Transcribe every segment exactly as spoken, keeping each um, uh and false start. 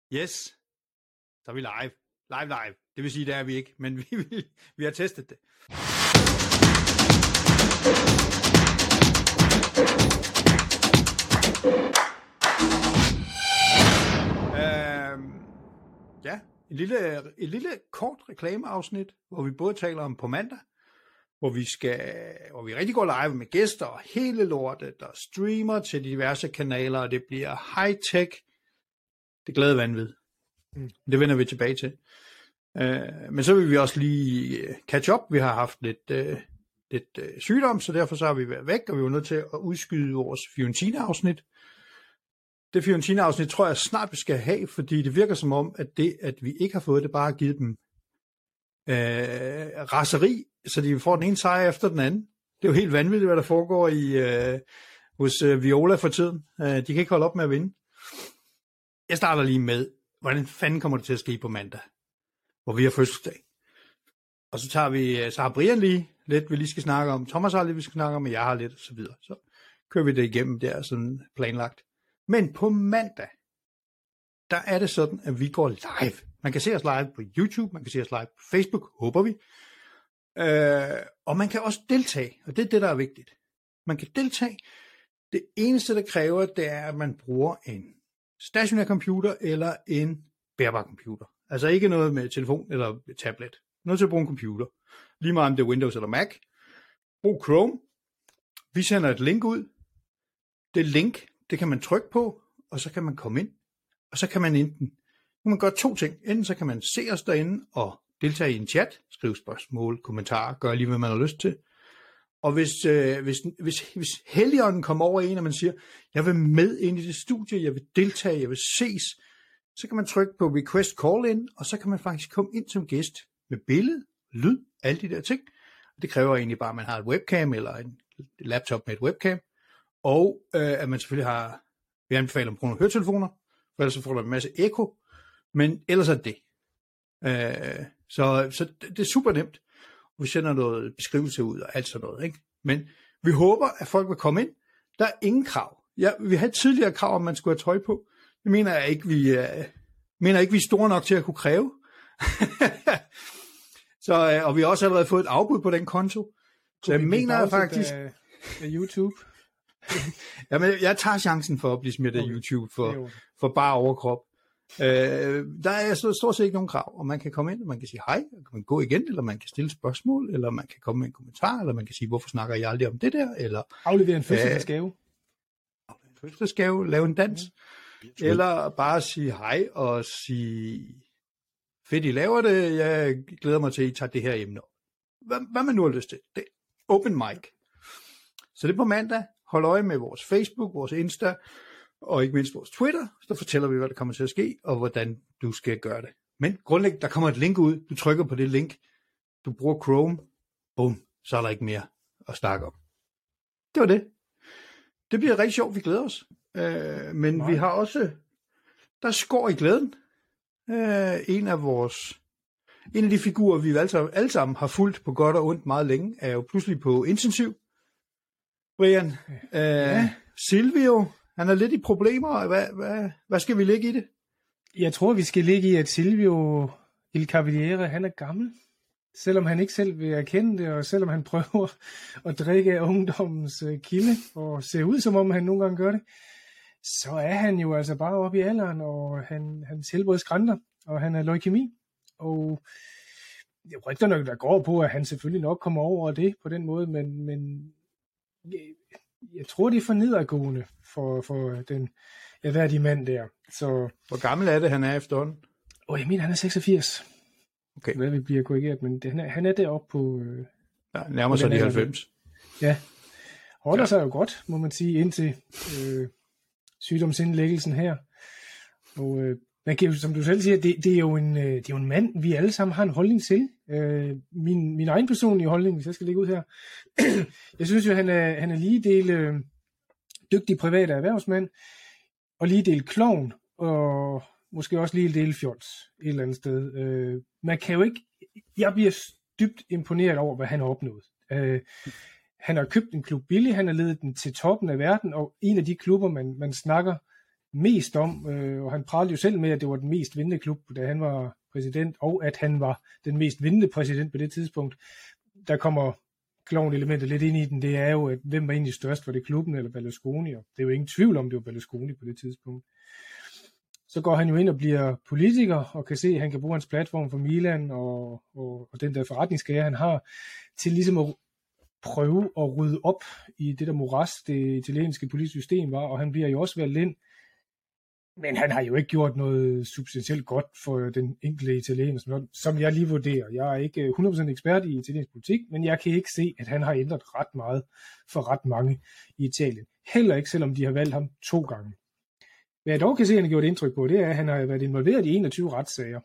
Yes, så er vi live. Live, live. Det vil sige, det er vi ikke, men vi, vi, vi har testet det. Øhm, ja, et lille, et lille kort reklameafsnit, hvor vi både taler om på mandag, hvor vi skal, hvor vi rigtig går live med gæster og hele lortet, der streamer til diverse kanaler, og det bliver high-tech. Det glæder vanvid. Mm. Det vender vi tilbage til. Uh, men så vil vi også lige catch up. Vi har haft lidt, uh, lidt uh, sygdom, så derfor så har vi været væk, og vi var nødt til at udskyde vores Fiorentina-afsnit. Det Fiorentina-afsnit tror jeg snart vi skal have, fordi det virker som om, at det, at vi ikke har fået det, bare har givet dem uh, raseri, så de får den ene sejr efter den anden. Det er jo helt vanvittigt, hvad der foregår i, uh, hos uh, Viola for tiden. Uh, de kan ikke holde op med at vinde. Jeg starter lige med, hvordan fanden kommer det til at ske på mandag, hvor vi har fødselsdag. Og så tager vi, så har Brian lige lidt, vi lige skal snakke om, Thomas har lidt, vi skal snakke om, og jeg har lidt, og så videre. Så kører vi det igennem, det er sådan planlagt. Men på mandag, der er det sådan, at vi går live. Man kan se os live på YouTube, man kan se os live på Facebook, håber vi. Øh, og man kan også deltage, og det er det, der er vigtigt. Man kan deltage. Det eneste, der kræver, det er, at man bruger en stationær computer eller en bærbar computer. Altså ikke noget med telefon eller tablet. Noget til at bruge en computer. Lige meget om det er Windows eller Mac. Brug Chrome. Vi sender et link ud. Det link, det kan man trykke på, og så kan man komme ind. Og så kan man enten, kan man gøre to ting. Enten så kan man se os derinde og deltage i en chat, skrive spørgsmål, kommentarer, gøre lige hvad man har lyst til. Og hvis, øh, hvis, hvis, hvis Helligånden kommer over en, og man siger, jeg vil med ind i det studie, jeg vil deltage, jeg vil ses, så kan man trykke på request call in, og så kan man faktisk komme ind som gæst med billede, lyd, alle de der ting. Det kræver egentlig bare, at man har et webcam, eller en laptop med et webcam, og øh, at man selvfølgelig har, vi anbefaler at bruge nogle høretelefoner, for ellers så får du en masse ekko, men ellers er det. Øh, så, så det er super nemt. Vi sender noget beskrivelse ud og alt sådan noget, ikke? Men vi håber, at folk vil komme ind. Der er ingen krav. Ja, vi havde tidligere krav, om man skulle have trøje på. Det mener jeg ikke, vi, uh, mener ikke, vi er store nok til at kunne kræve. så, uh, og vi har også allerede fået et afbud på den konto. Så jeg mener jeg faktisk... Af, af YouTube? Jamen, jeg tager chancen for at blive smidt af okay. YouTube for, for bare overkrop. Øh, der er stort set ikke nogen krav, og man kan komme ind, og man kan sige hej, og man kan gå igen, eller man kan stille spørgsmål, eller man kan komme med en kommentar, eller man kan sige, hvorfor snakker jeg aldrig om det der, eller aflevere en fødselsdagsgave, øh, en fødselsdagsgave, lave en dans, mm. eller bare sige hej, og sige, fedt I laver det, jeg glæder mig til, at I tager det her emne op. Hvad, hvad man nu har lyst til, det er open mic. Så det er på mandag, hold øje med vores Facebook, vores Insta, og ikke mindst vores Twitter, så fortæller vi, hvad der kommer til at ske, og hvordan du skal gøre det. Men grundlæggende, der kommer et link ud, du trykker på det link, du bruger Chrome, bum, så er der ikke mere at snakke om. Det var det. Det bliver rigtig sjovt, vi glæder os. Øh, men Nej. vi har også, der skår i glæden, øh, en af vores, en af de figurer, vi alle sammen, alle sammen har fulgt på godt og ondt meget længe, er jo pludselig på intensiv. Brian, øh, ja. Silvio, han er lidt i problemer. Hvad, hvad, hvad skal vi lægge i det? Jeg tror, vi skal lægge i, at Silvio Il Cavaliere, han er gammel. Selvom han ikke selv vil erkende det, og selvom han prøver at drikke af ungdommens kilde, og ser ud, som om han nogle gange gør det, så er han jo altså bare oppe i alderen, og han, hans helbred skranter, og han er leukemi. Og rygterne, der går på, at han selvfølgelig nok kommer over det på den måde, men, men jeg tror, det er for nedadgående for, for den erhverdige mand der. Så, hvor gammel er det, han er efterhånden? Åh, jeg mener, han er seksogfirs. Okay. Hvad vi bliver korrigeret, men det, han, er, han er deroppe på... Øh, ja, nærmer sig de halvfems. Ja, holder ja. sig jo godt, må man sige, indtil øh, sygdomsindlæggelsen her. Og øh, man kan, som du selv siger, det, det, er jo en, øh, det er jo en mand, vi alle sammen har en holdning til. Øh, min, min egen personlige holdning, hvis jeg skal lægge ud her. Jeg synes jo, han er, han er lige del øh, dygtig privat erhvervsmand, og lige del klovn, og måske også lige del fjols et eller andet sted. Øh, man kan jo ikke... Jeg bliver dybt imponeret over, hvad han har opnået. Øh, han har købt en klub billig, han har ledet den til toppen af verden, og en af de klubber, man, man snakker mest om, øh, og han pralede jo selv med, at det var den mest vindende klub, da han var præsident, og at han var den mest vindende præsident på det tidspunkt. Der kommer klovn-elementet lidt ind i den, det er jo, at hvem var egentlig størst, var det klubben eller Berlusconi, og det er jo ingen tvivl om, det var Berlusconi på det tidspunkt. Så går han jo ind og bliver politiker, og kan se, at han kan bruge hans platform for Milan, og, og, og den der forretningsgære, han har, til ligesom at prøve at rydde op i det der moras, det italienske politiske system var, og han bliver jo også valgt ind. Men han har jo ikke gjort noget substantielt godt for den enkelte italiener, som jeg lige vurderer. Jeg er ikke hundrede procent ekspert i italiensk politik, men jeg kan ikke se, at han har ændret ret meget for ret mange i Italien. Heller ikke, selvom de har valgt ham to gange. Hvad jeg dog kan se, at han har gjort indtryk på, det er, at han har været involveret i enogtyve retssager.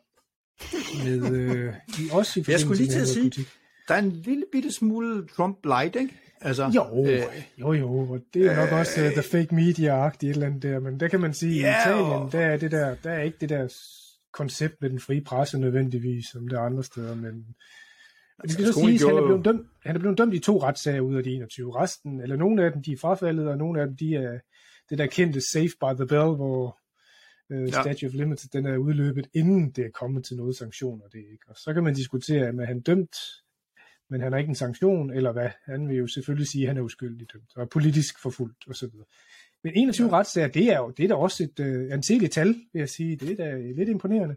Med, øh, i, også i jeg skulle lige til at sige, politik. Der er en lille bitte smule Trump-light, ikke? Altså, jo, øh, jo, jo, og det er nok øh, også uh, the fake media-agtigt et eller andet der, men der kan man sige, yeah, i Italien, og... der, er det der, der er ikke det der koncept med den frie presse nødvendigvis, som der er andre steder, men det skal så siges, han er blevet dømt, han er blevet dømt i to retssager ud af de enogtyve. Resten, eller nogle af dem, de er frafaldet, og nogle af dem, de er det der kendte Safe by the Bell, hvor uh, ja. Statute of Limits, den er udløbet, inden det er kommet til noget sanktioner, det ikke. Og så kan man diskutere, at han dømt, men han har ikke en sanktion, eller hvad? Han vil jo selvfølgelig sige, at han er uskyldig dømt, og politisk forfulgt, osv. Men enogtyve ja. Retssager, det er jo det er da også et uh, anseligt tal, vil jeg sige. Det er da lidt imponerende.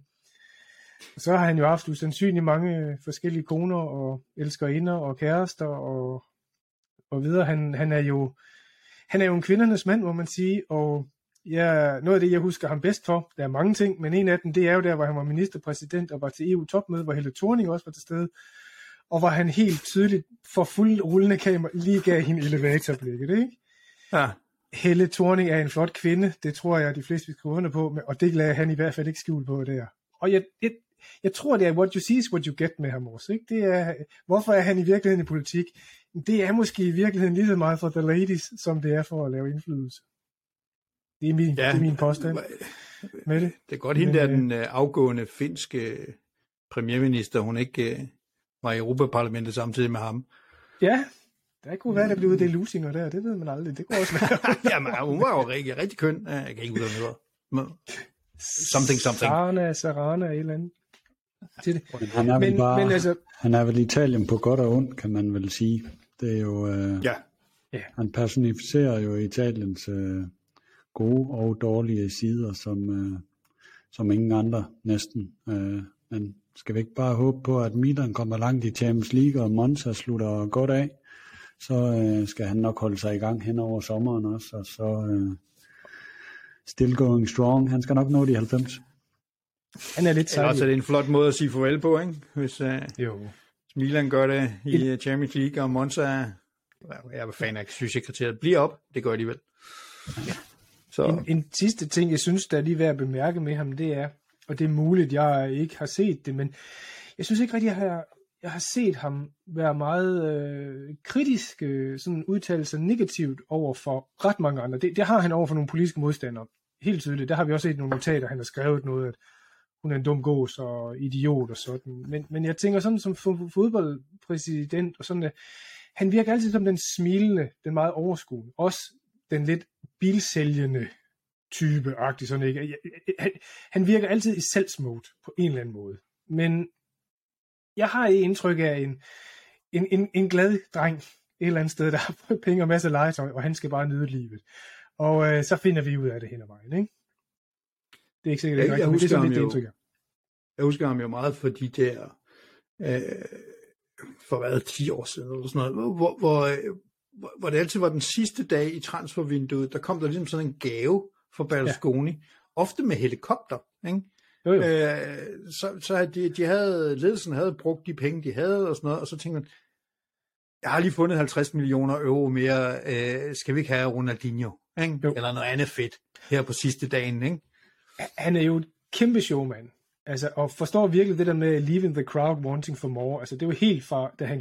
Og så har han jo haft usandsynligt mange forskellige koner, og elskerinder, og kærester, og, og videre. Han, han, er jo, han er jo en kvindernes mand, må man sige, og ja, noget af det, jeg husker ham bedst for, der er mange ting, men en af dem, det er jo der, hvor han var ministerpræsident, og var til E U-topmøde, hvor Helle Thorning også var til stede, og hvor han helt tydeligt for fuld rullende kamera lige gav hende elevatorblikket, ikke? Ja. Helle Thorning er en flot kvinde, det tror jeg, de fleste vil skrive under på, og det lader han i hvert fald ikke skjul på der. Og jeg, jeg, jeg tror, det er what you see is what you get med ham også, ikke? Det er, hvorfor er han i virkeligheden i politik? Det er måske i virkeligheden lige så meget for the ladies, som det er for at lave indflydelse. Det er min, ja, det er min påstand med det. Det er godt, hende der den afgående finske premierminister, hun ikke var i Europaparlamentet samtidig med ham. Ja, der kunne være, der blev uddelt lusinger der, det ved man aldrig. Det kunne også være. Jamen, hun var jo rigtig, rigtig køn. Jeg kan ikke udlade noget. Something, something. Sarana, Sarana, et eller andet. Til det. Men han er vel men, bare, men altså, han er vel Italien på godt og ondt, kan man vel sige. Det er jo, øh, ja. Han personificerer jo Italiens øh, gode og dårlige sider, som, øh, som ingen andre næsten. Øh, men skal vi ikke bare håbe på, at Milan kommer langt i Champions League, og Monza slutter godt af, så øh, skal han nok holde sig i gang hen over sommeren også, og så øh, still going strong. Han skal nok nå de halvfems. Han er lidt sejlig. Også er det en flot måde at sige farvel på, ikke? Hvis, uh, jo. hvis Milan gør det i en... Champions League, og Monza, jeg er fan af succeskriteriet, bliver op. Det gør de vel. Ja. Så. En, en sidste ting, jeg synes, der er lige værd at bemærke med ham, det er, og det er muligt, jeg ikke har set det, men jeg synes ikke rigtig, jeg har, jeg har set ham være meget øh, kritisk, øh, sådan udtale sig negativt over for ret mange andre. Det, det har han over for nogle politiske modstandere. Helt tydeligt. Der har vi også set nogle notater, han har skrevet noget, at hun er en dum gås og idiot og sådan. Men, men jeg tænker sådan som fodboldpræsident og sådan, at han virker altid som den smilende, den meget overskuende. Også den lidt bilsælgende type-agtig, sådan ikke. Han, han virker altid i salgsmode på en eller anden måde. Men jeg har et indtryk af en, en, en, en glad dreng et eller andet sted, der har penge og masser af legetøj, og han skal bare nyde livet. Og øh, så finder vi ud af det hen ad vejen, ikke? Det er ikke sikkert, det er rigtigt, men det er sådan lidt det indtryk. Jeg husker ham jo meget for de der, øh, for hvad, ti år siden, eller sådan noget, hvor, hvor, hvor, hvor det altid var den sidste dag i transfervinduet, der kom der ligesom sådan en gave for Berlusconi, ja. Ofte med helikopter, ikke? Jo, jo. Øh, så så de, de havde, ledelsen havde brugt de penge, de havde, og sådan noget, og så tænkte man, jeg har lige fundet halvtreds millioner euro mere, øh, skal vi ikke have Ronaldinho, ikke? Eller noget andet fedt, her på sidste dagen, ikke? Han er jo et kæmpe showman, altså, og forstår virkelig det der med leaving the crowd wanting for more. Altså, det var helt fra, da han købte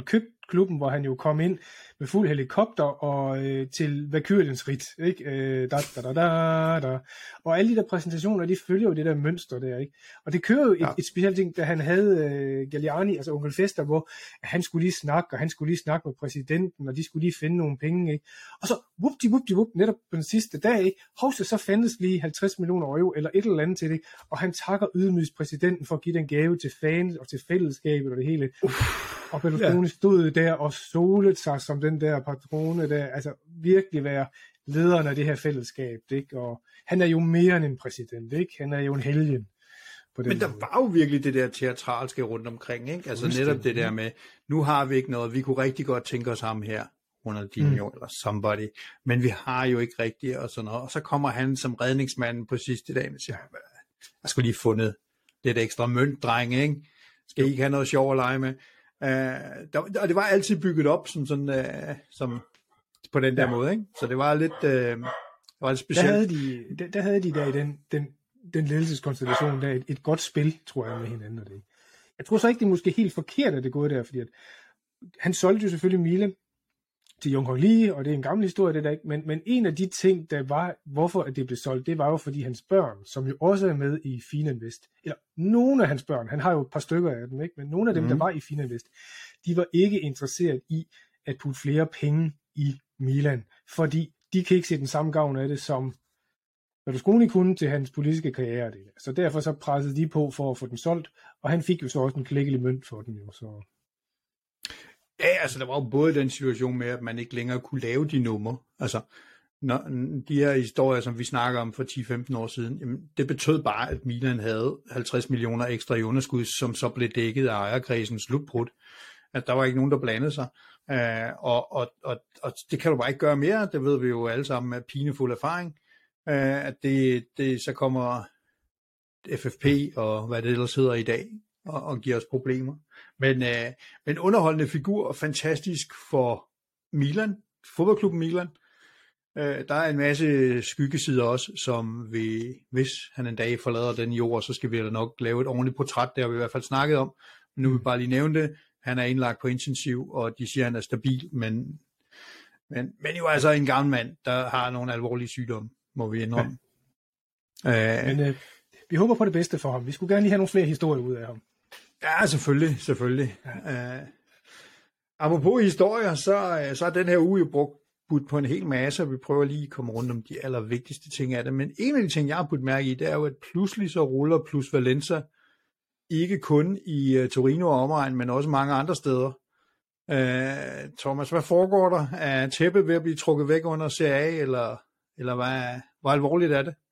klubben, hvor han jo kom ind med fuld helikopter og øh, til Valkyriens rit, ikke? Øh, da, da, da, da, da. Og alle de der præsentationer, de følger jo det der mønster der, ikke? Og det kører jo ja. et, et specielt ting, da han havde øh, Galliani, altså onkel Fester, hvor han skulle lige snakke, og han skulle lige snakke med præsidenten, og de skulle lige finde nogle penge, ikke? Og så, whoopty, whoopty, whoop, netop på den sidste dag, ikke? Hovse, så fandtes lige halvtreds millioner euro, eller et eller andet til det, og han takker ydmygt præsidenten for at give den gave til fans og til fællesskabet og det hele. Og Berlusconi ja. stod der og solede sig som den der patrone der, altså virkelig være lederen af det her fællesskab, ikke? Og han er jo mere end en præsident, ikke? Han er jo en helgen. På den Men der måde. var jo virkelig det der teatralske rundt omkring, ikke? Altså netop det der med, nu har vi ikke noget, vi kunne rigtig godt tænke os ham her, Ronaldinho mm. eller somebody, men vi har jo ikke rigtigt og sådan noget. Og så kommer han som redningsmanden på sidste dagen og siger, jeg skulle lige fundet lidt ekstra mønt, dreng, ikke? Skal I ikke have noget sjov at lege med? Uh, der, og det var altid bygget op som sådan, uh, som på den der ja. måde, ikke? Så det var lidt, uh, det var lidt specielt. Der havde de, der, der, havde de der i den, den, den ledelseskonstellation der et, et godt spil, tror jeg, med hinanden. Og det. Jeg tror så ikke, det er måske helt forkert, at det går der, fordi at han solgte jo selvfølgelig Milan til Jung Hong Lee, og det er en gammel historie, det der ikke. Men, men en af de ting, der var, hvorfor at det blev solgt, det var jo fordi hans børn, som jo også er med i Fininvest, eller nogle af hans børn, han har jo et par stykker af dem, ikke? Men nogle af dem, mm. der var i Fininvest, de var ikke interesseret i at putte flere penge i Milan, fordi de kan ikke se den samme gavn af det, som Berlusconi kunne til hans politiske karriere. Det. Så derfor så pressede de på for at få den solgt, og han fik jo så også en klækkelig mønt for den jo, så... Ja, altså der var jo både den situation med, at man ikke længere kunne lave de numre. Altså, når, de her historier, som vi snakker om for ti til femten år siden, jamen, det betød bare, at Milan havde halvtreds millioner ekstra i underskud, som så blev dækket af ejerkredsens slutbrud. At der var ikke nogen, der blandede sig. Uh, og, og, og, og det kan du bare ikke gøre mere. Det ved vi jo alle sammen med pinefuld erfaring. Uh, at det, det så kommer F F P og hvad det ellers hedder i dag, og, og giver os problemer. Men, øh, men underholdende figur, og fantastisk for Milan, fodboldklubben Milan. Øh, der er en masse skyggesider også, som vi, hvis han en dag forlader den jord, så skal vi nok lave et ordentligt portræt, det har vi i hvert fald snakket om. Men nu vil vi bare lige nævne det. Han er indlagt på intensiv, og de siger, at han er stabil, men, men, men jo altså en gammel mand, der har nogle alvorlige sygdomme, må vi indrømme. Ja. Øh, men øh, vi håber på det bedste for ham. Vi skulle gerne lige have nogle flere historier ud af ham. Ja, selvfølgelig, selvfølgelig. Ja. Uh, apropos historier, så, så er den her uge jo brugt budt på en hel masse, og vi prøver lige at komme rundt om de allervigtigste ting af det. Men en af de ting, jeg har budt mærke i, det er jo, at pludselig så ruller Plus Valenza ikke kun i uh, Torino og omegn, men også mange andre steder. Uh, Thomas, hvad foregår der? Er tæppet ved at blive trukket væk under Serie A, eller, eller hvad, hvor alvorligt er det?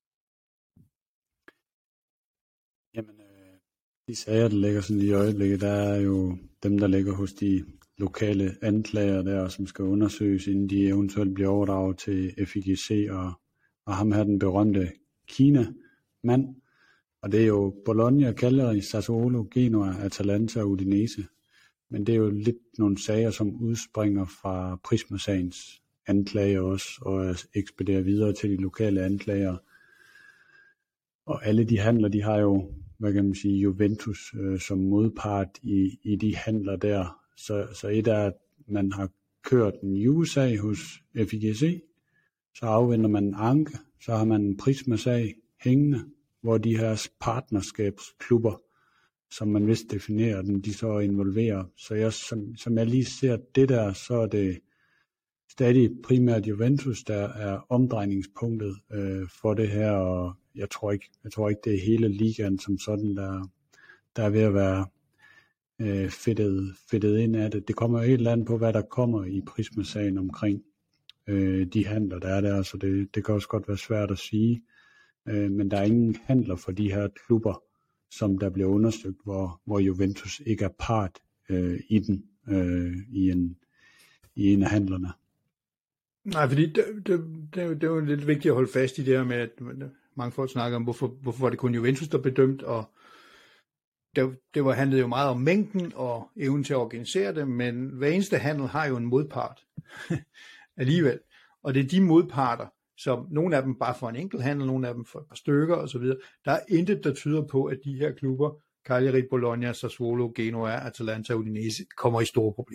Jamen, de sager, der ligger sådan i øjeblikket, der er jo dem, der ligger hos de lokale anklager der, som skal undersøges, inden de eventuelt bliver overdraget til F I G C, og, og ham her den berømte Kina-mand. Og det er jo Bologna, Cagliari, Sassuolo, Genoa, Atalanta og Udinese. Men det er jo lidt nogle sager, som udspringer fra Prisma-sagens anklager også, og ekspederer videre til de lokale anklager. Og alle de handler, de har jo, hvad kan man sige, Juventus øh, som modpart i, i de handler der. Så, så et er, at man har kørt en jugesag hos F I G C, så afventer man en anke, så har man en Prisma-sag hængende, hvor de her partnerskabsklubber, som man vist definerer dem, de så involverer. Så jeg, som, som jeg lige ser det der, så er det stadig primært Juventus, der er omdrejningspunktet øh, for det her, og jeg tror ikke, jeg tror ikke det er hele ligaen som sådan, der, der er ved at være øh, fedtet, fedtet ind af det. Det kommer jo helt andet på, hvad der kommer i Prisma-sagen omkring øh, de handler, der er der, så det, det kan også godt være svært at sige. Øh, men der er ingen handler for de her klubber, som der bliver undersøgt, hvor, hvor Juventus ikke er part øh, i den, øh, i, en, i en af handlerne. Nej, fordi det, det, det, er jo, det er jo lidt vigtigt at holde fast i det her med, at mange folk snakker om, hvorfor, hvorfor var det kun Juventus, der bedømt, og det, det var, handlede jo meget om mængden og evnen til at organisere det, men hver eneste handel har jo en modpart alligevel, og det er de modparter, som nogle af dem bare for en enkelt handel, nogle af dem for et par stykker osv. Der er intet, der tyder på, at de her klubber, Cagliari, Bologna, Sassuolo, Genoa, Atalanta og Udinese, kommer i store problemer.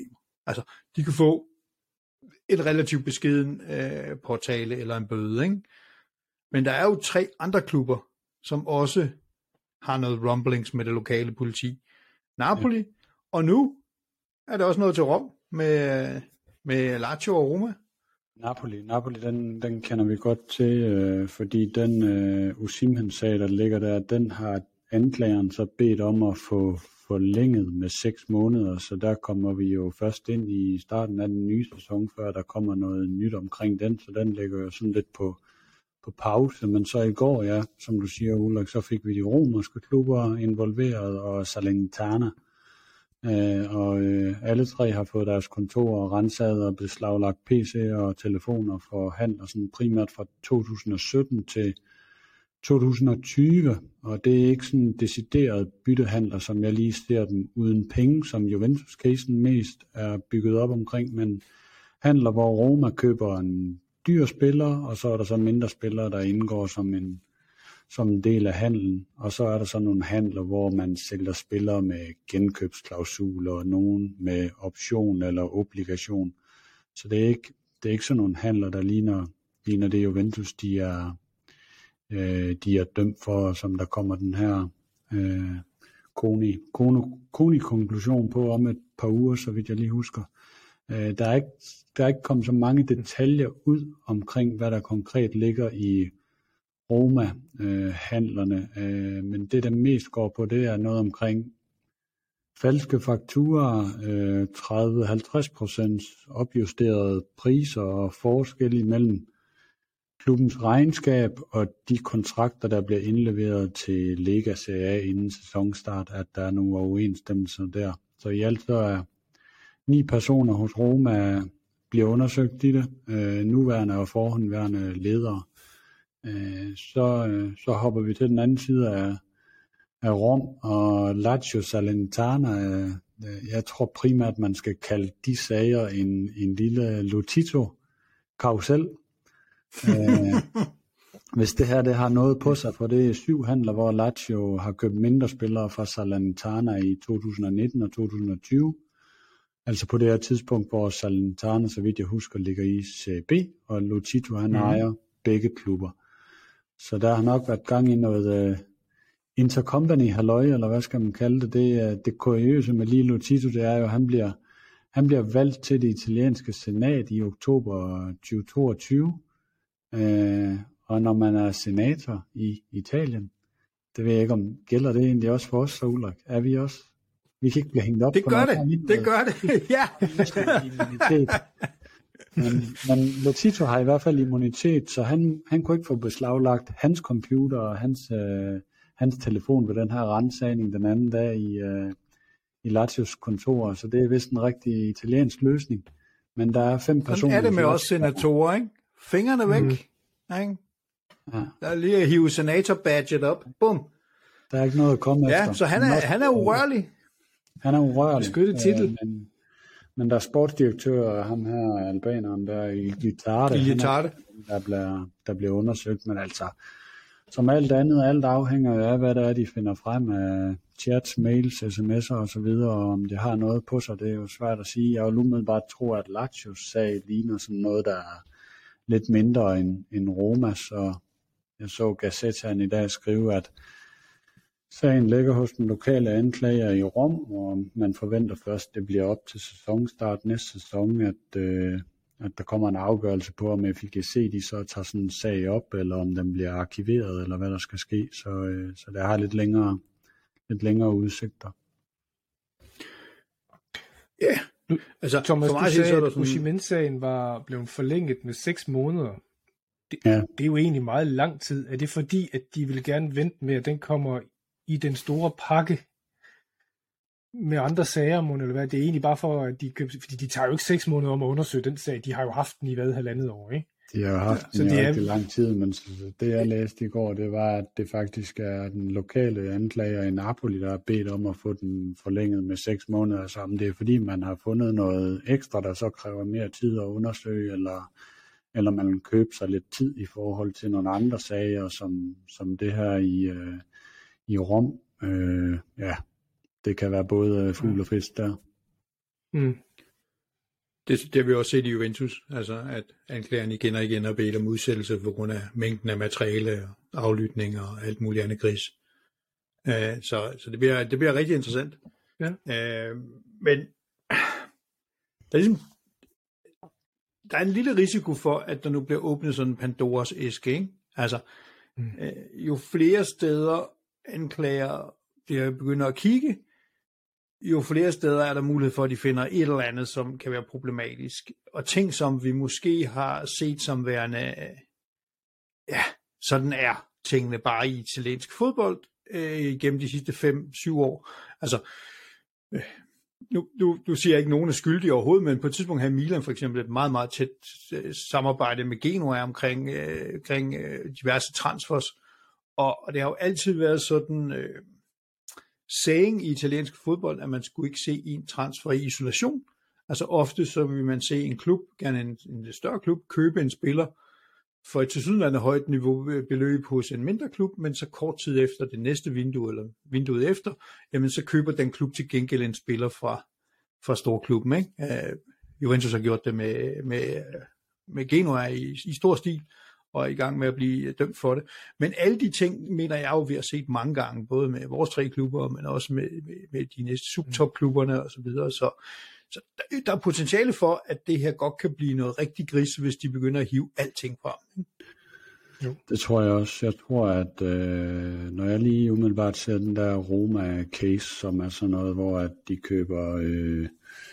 Altså, de kan få et relativt beskeden øh, påtale eller en bøde, ikke? Men der er jo tre andre klubber, som også har noget rumblings med det lokale politi. Napoli, ja. Og nu er der også noget til Rom med, med Lazio og Roma. Napoli, Napoli den, den kender vi godt til, øh, fordi den øh, Osimhen-sag, der ligger der, den har anklageren så bedt om at få forlænget med seks måneder, så der kommer vi jo først ind i starten af den nye sæson, før der kommer noget nyt omkring den, så den ligger jo sådan lidt på, på pause, men så i går, ja, som du siger, Ulrik, så fik vi de romerske klubber involveret, og Salernitana, øh, og øh, alle tre har fået deres kontorer renset og beslaglagt P C'er og telefoner for handler, sådan primært fra to tusind og sytten til to tusind og tyve, og det er ikke sådan decideret byttehandler, som jeg lige ser dem, uden penge, som Juventus-casen mest er bygget op omkring, men handler, hvor Roma køber en dyr spiller, og så er der så mindre spillere, der indgår som en, som en del af handlen, og så er der så nogle handler, hvor man sælger spillere med genkøbsklausuler, og nogen med option eller obligation. Så det er ikke, det er ikke sådan nogle handler, der ligner, ligner det Juventus, de er de er dømt for, som der kommer den her øh, Koni, Koni, Koni-konklusion på om et par uger, så vidt jeg lige husker. Øh, der, er ikke, der er ikke kommet så mange detaljer ud omkring, hvad der konkret ligger i Roma-handlerne, øh, øh, men det, der mest går på, det er noget omkring falske fakturer, øh, tredive til halvtreds procent opjusterede priser og forskel imellem klubbens regnskab og de kontrakter, der bliver indleveret til Lega Serie A inden sæsonstart, at der er nogle overensstemmelser der. Så i alt så er ni personer hos Roma bliver undersøgt i det, øh, nuværende og forhåndværende ledere. Øh, så, øh, så hopper vi til den anden side af, af Rom, og Lazio Salernitana, øh, jeg tror primært, man skal kalde de sager en, en lille Lotito-karusel. øh, hvis det her det har noget på sig, for det er syv handler, hvor Lazio har købt mindre spillere fra Salernitana i to tusind og nitten og to tusind og tyve, altså på det her tidspunkt, hvor Salernitana, så vidt jeg husker, ligger i Serie B, og Lotito han mm. ejer begge klubber. Så der har nok været gang i noget uh, intercompany halløj, eller hvad skal man kalde det. Det, uh, det kuriøse med lige Lotito, det er jo, at han bliver, han bliver valgt til det italienske senat i oktober tyve toogtyve, Uh, og når man er senator i Italien, det ved jeg ikke om, gælder det egentlig også for os, så Ulrik? Er vi også? Vi kan ikke blive hængt op det på gør noget. Det, det gør det, ja. men, men Lotito har i hvert fald immunitet, så han, han kunne ikke få beslaglagt hans computer og hans, øh, hans telefon ved den her ransagning den anden dag i, øh, i Lazios kontor, så det er vist en rigtig italiensk løsning. Men der er fem personer. Sådan er det med os senatorer, ikke? Fingrene væk, mm. ikke? Ja. Der er lige at hive senator-badget op. Bum. Der er ikke noget at komme ja, efter. Ja, så han er, han er urørlig. Han er urørlig. Beskyttet titel. Øh, men, men der er sportsdirektør, ham her, albaneren der i Litarde, Litarde. der bliver, der bliver undersøgt, men altså, som alt andet, alt afhænger af, hvad der er, de finder frem af chats, mails, sms'er og så videre, og om det har noget på sig, det er jo svært at sige. Jeg vil umiddelbart tro, at Lazios sag ligner sådan noget, der er lidt mindre end, end Romas, og jeg så Gazzetaen i dag skrive, at sagen ligger hos den lokale anklager i Rom, og man forventer først, det bliver op til sæsonstart næste sæson, at, øh, at der kommer en afgørelse på, om F I G C de så tager sådan en sag op, eller om den bliver arkiveret, eller hvad der skal ske, så, øh, så der har lidt længere, lidt længere udsigter. Ja, yeah. Altså, Thomas, for mig du sagde, så er der at sådan... Osimhen-sagen var blevet forlænget med seks måneder. Det, ja. det er jo egentlig meget lang tid. Er det fordi, at de vil gerne vente med, at den kommer i den store pakke med andre sager, må eller hvad? Det er egentlig bare for, at de køber, fordi de tager jo ikke seks måneder om at undersøge den sag. De har jo haft den i hvad, halvandet år, ikke? De har jo haft ja, den i er... rigtig lang tid, men det jeg læste i går, det var, at det faktisk er den lokale anklager i Napoli, der har bedt om at få den forlænget med seks måneder sammen. Det er fordi, man har fundet noget ekstra, der så kræver mere tid at undersøge, eller, eller man vil købe sig lidt tid i forhold til nogle andre sager, som, som det her i, øh, i Rom. Øh, ja, det kan være både fugl og fisk der. Mm. Det, det har vi også set i Juventus, altså at anklagerne igen og igen har bedt om udsættelse på grund af mængden af materiale, aflytning og alt muligt andet gris. Uh, så så det, bliver, det bliver rigtig interessant. Ja. Uh, men der er ligesom der er en lille risiko for, at der nu bliver åbnet sådan en Pandoras æske, ikke? Altså, mm. uh, jo flere steder anklager bliver begynder at kigge, jo flere steder er der mulighed for, at de finder et eller andet, som kan være problematisk. Og ting, som vi måske har set som værende, ja, sådan er tingene bare i italiensk fodbold øh, gennem de sidste fem syv år. Altså, øh, nu, nu, nu siger jeg ikke, nogen er skyldige overhovedet, men på et tidspunkt havde Milan for eksempel et meget, meget tæt øh, samarbejde med Genoa omkring, øh, omkring øh, diverse transfers. Og, og det har jo altid været sådan... Øh, saying i italiensk fodbold, at man skulle ikke se en transfer i isolation. Altså ofte så vil man se en klub, gerne en, en lidt større klub, købe en spiller for et tilsyneladende højt niveau beløb hos en mindre klub, men så kort tid efter det næste vindue, eller vinduet efter, jamen så køber den klub til gengæld en spiller fra, fra storklubben. Ikke? Uh, Juventus har gjort det med, med, med Genoa i, i stor stil, og er i gang med at blive dømt for det. Men alle de ting, mener jeg jo, vi har set mange gange, både med vores tre klubber, men også med, med, med de næste subtopklubberne og så videre. Så, så der, der er potentiale for, at det her godt kan blive noget rigtig gris, hvis de begynder at hive alting frem. Jo. Det tror jeg også. Jeg tror, at øh, når jeg lige umiddelbart ser den der Roma-case, som er sådan noget, hvor at de køber... Øh,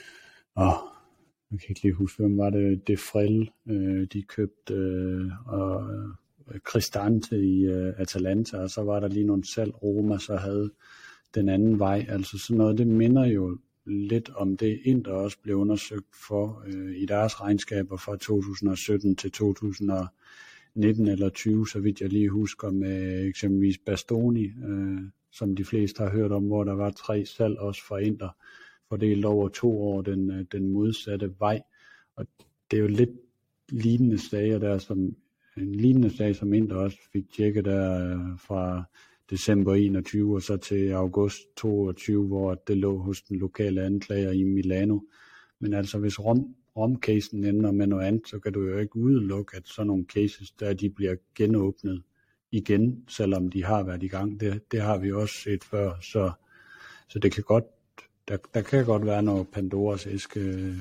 åh, jeg kan ikke lige huske, hvem var det, De Frel, øh, de købte, øh, og øh, Cristante i øh, Atalanta, og så var der lige nogle salg, Roma så havde den anden vej. Altså sådan noget, det minder jo lidt om det, Inter også blev undersøgt for øh, i deres regnskaber fra to tusind og sytten til to tusind og nitten eller tyve, så vidt jeg lige husker, med eksempelvis Bastoni, øh, som de fleste har hørt om, hvor der var tre salg også for Inter, fordelt over to år den, den modsatte vej. Og det er jo lidt lignende sager der, som en lignende sag, som Inter også fik tjekket der fra december enogtyve og så til august toogtyve, hvor det lå hos den lokale anklager i Milano. Men altså hvis Rom, Rom-casen ender med noget andet, så kan du jo ikke udelukke, at sådan nogle cases, der de bliver genåbnet igen, selvom de har været i gang. Det, det har vi også set før, så, så det kan godt Der, der kan godt være noget Pandoras æske øh,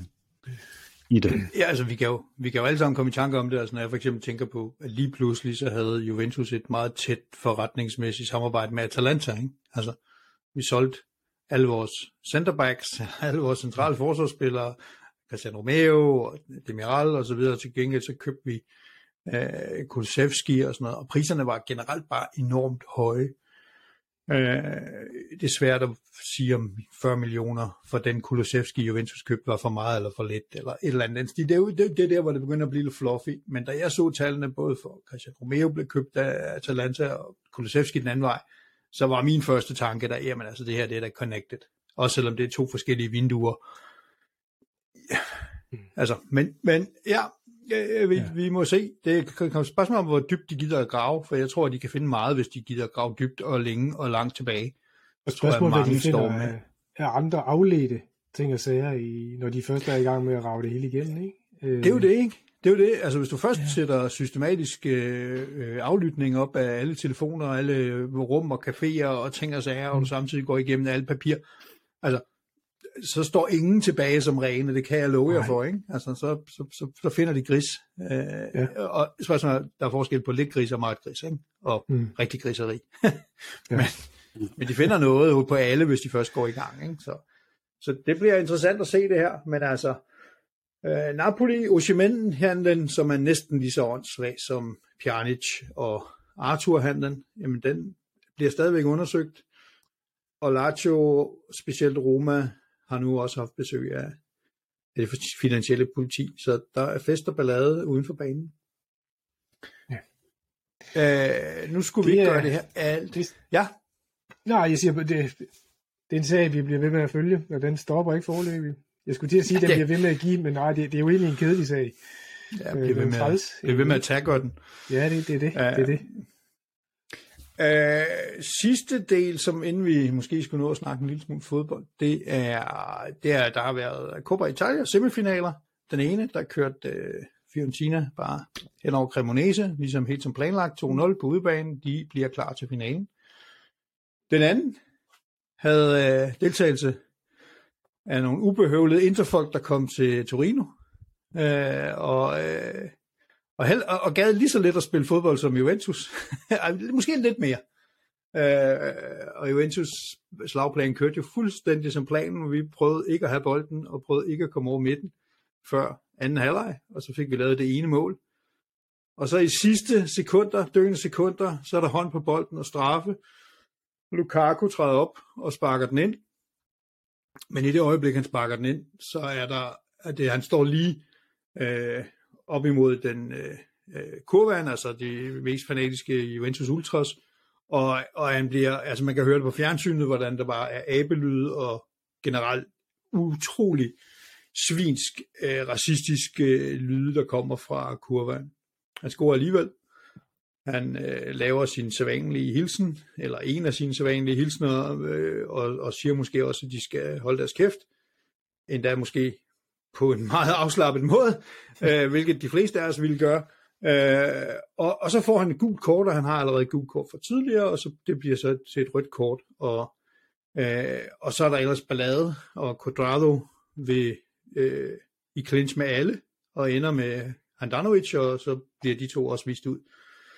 i det. Ja, altså vi kan, jo, vi kan jo alle sammen komme i tanke om det, altså når jeg for eksempel tænker på, at lige pludselig så havde Juventus et meget tæt forretningsmæssigt samarbejde med Atalanta, ikke? Altså vi solgte alle vores centerbacks, alle vores centrale forsvarsspillere, Cristiano Romeo, Demiral og så videre, til gengæld så købte vi øh, Kulusevski og sådan noget, og priserne var generelt bare enormt høje. Det er svært at sige, om fyrre millioner for den Kulusevski Juventus købte var for meget eller for lidt, eller et eller andet. Det er, jo, det, det er der, hvor det begynder at blive lidt fluffy. Men da jeg så tallene, både for Cristiano Romeo blev købt af Atalanta og Kulusevski den anden vej, så var min første tanke der, jamen altså det her, det er da connected. Også selvom det er to forskellige vinduer. Ja. Altså, men, men ja, vi, ja. vi må se. Det kan spørgsmål om, hvor dybt de gider at grave, for jeg tror, at de kan finde meget, hvis de gider at grave dybt og længe og langt tilbage. Og spørgsmålet, hvad de finder af, af andre afledte ting og sager, i, når de først er i gang med at rave det hele igennem, ikke? Det er jo det, ikke? Det er jo det. Altså, hvis du først ja. sætter systematisk øh, aflytning op af alle telefoner, alle rum og caféer og ting og sager, mm. og du samtidig går igennem alt papir, altså, så står ingen tilbage som rene, det kan jeg love jer for, ikke? Altså, så, så, så, så finder de gris. Øh, ja. Og spørgsmålet, der er forskel på lidt gris og meget gris, ikke? Og mm. rigtig griseri. men, ja. men de finder noget på alle, hvis de først går i gang, ikke? Så, så det bliver interessant at se det her, men altså, øh, Napoli, Osimhen-handlen, som er næsten lige så åndssvag som Pjanic og Arthur-handlen, jamen den bliver stadigvæk undersøgt, og Lazio, specielt Roma, har nu også haft besøg af det finansielle politi, så der er fest og ballade uden for banen. Ja. Øh, nu skulle det vi ikke gøre det her alt. Det, ja? Nej, jeg siger, det, det er en sag, vi bliver ved med at følge, og den stopper ikke foreløbig. Jeg skulle til at sige, at den bliver ved med at give, men nej, det, det er jo egentlig en kedelig sag. Ja, bliver ved, med, at, bliver ved med at tage den. Ja, det, det er det. Ja. det, er det. Uh, sidste del, som inden vi måske skulle nå at snakke en lille smule fodbold, det er, det er der har været Coppa Italia semifinaler. den ene, der kørte øh, Fiorentina bare hen over Cremonese, ligesom helt som planlagt, to nul på udebanen, de bliver klar til finalen. Den anden havde øh, deltagelse af nogle ubehøvlede interfolk, der kom til Torino, øh, og, øh, og, held, og, og gad lige så lidt at spille fodbold som Juventus. Måske lidt mere. Øh, og Juventus slagplan kørte jo fuldstændig som planen. Vi prøvede ikke at have bolden, og prøvede ikke at komme over midten før anden halvleg, og så fik vi lavet det ene mål. Og så i sidste sekunder, døgende sekunder, så er der hånd på bolden og straffe. Lukaku træder op og sparker den ind. Men i det øjeblik, han sparker den ind, så er der, at det, han står lige øh, op imod den øh, kurven, altså de mest fanatiske Juventus Ultras, og, og han bliver, altså man kan høre det på fjernsynet, hvordan der bare er abelyde og generelt utrolig svinsk, øh, racistisk øh, lyde, der kommer fra kurven. Han scorer alligevel. Han øh, laver sin sædvanlige hilsen, eller en af sine sædvanlige hilsner, øh, og, og siger måske også, at de skal holde deres kæft. Endda måske på en meget afslappet måde, øh, hvilket de fleste af os ville gøre. Øh, og, og så får han et gult kort, og han har allerede et gult kort fra tidligere, og så det bliver så til et rødt kort. Og, øh, og så er der ellers ballade, og Cuadrado vil øh, i clinch med alle, og ender med Handanovic, og så bliver de to også vist ud.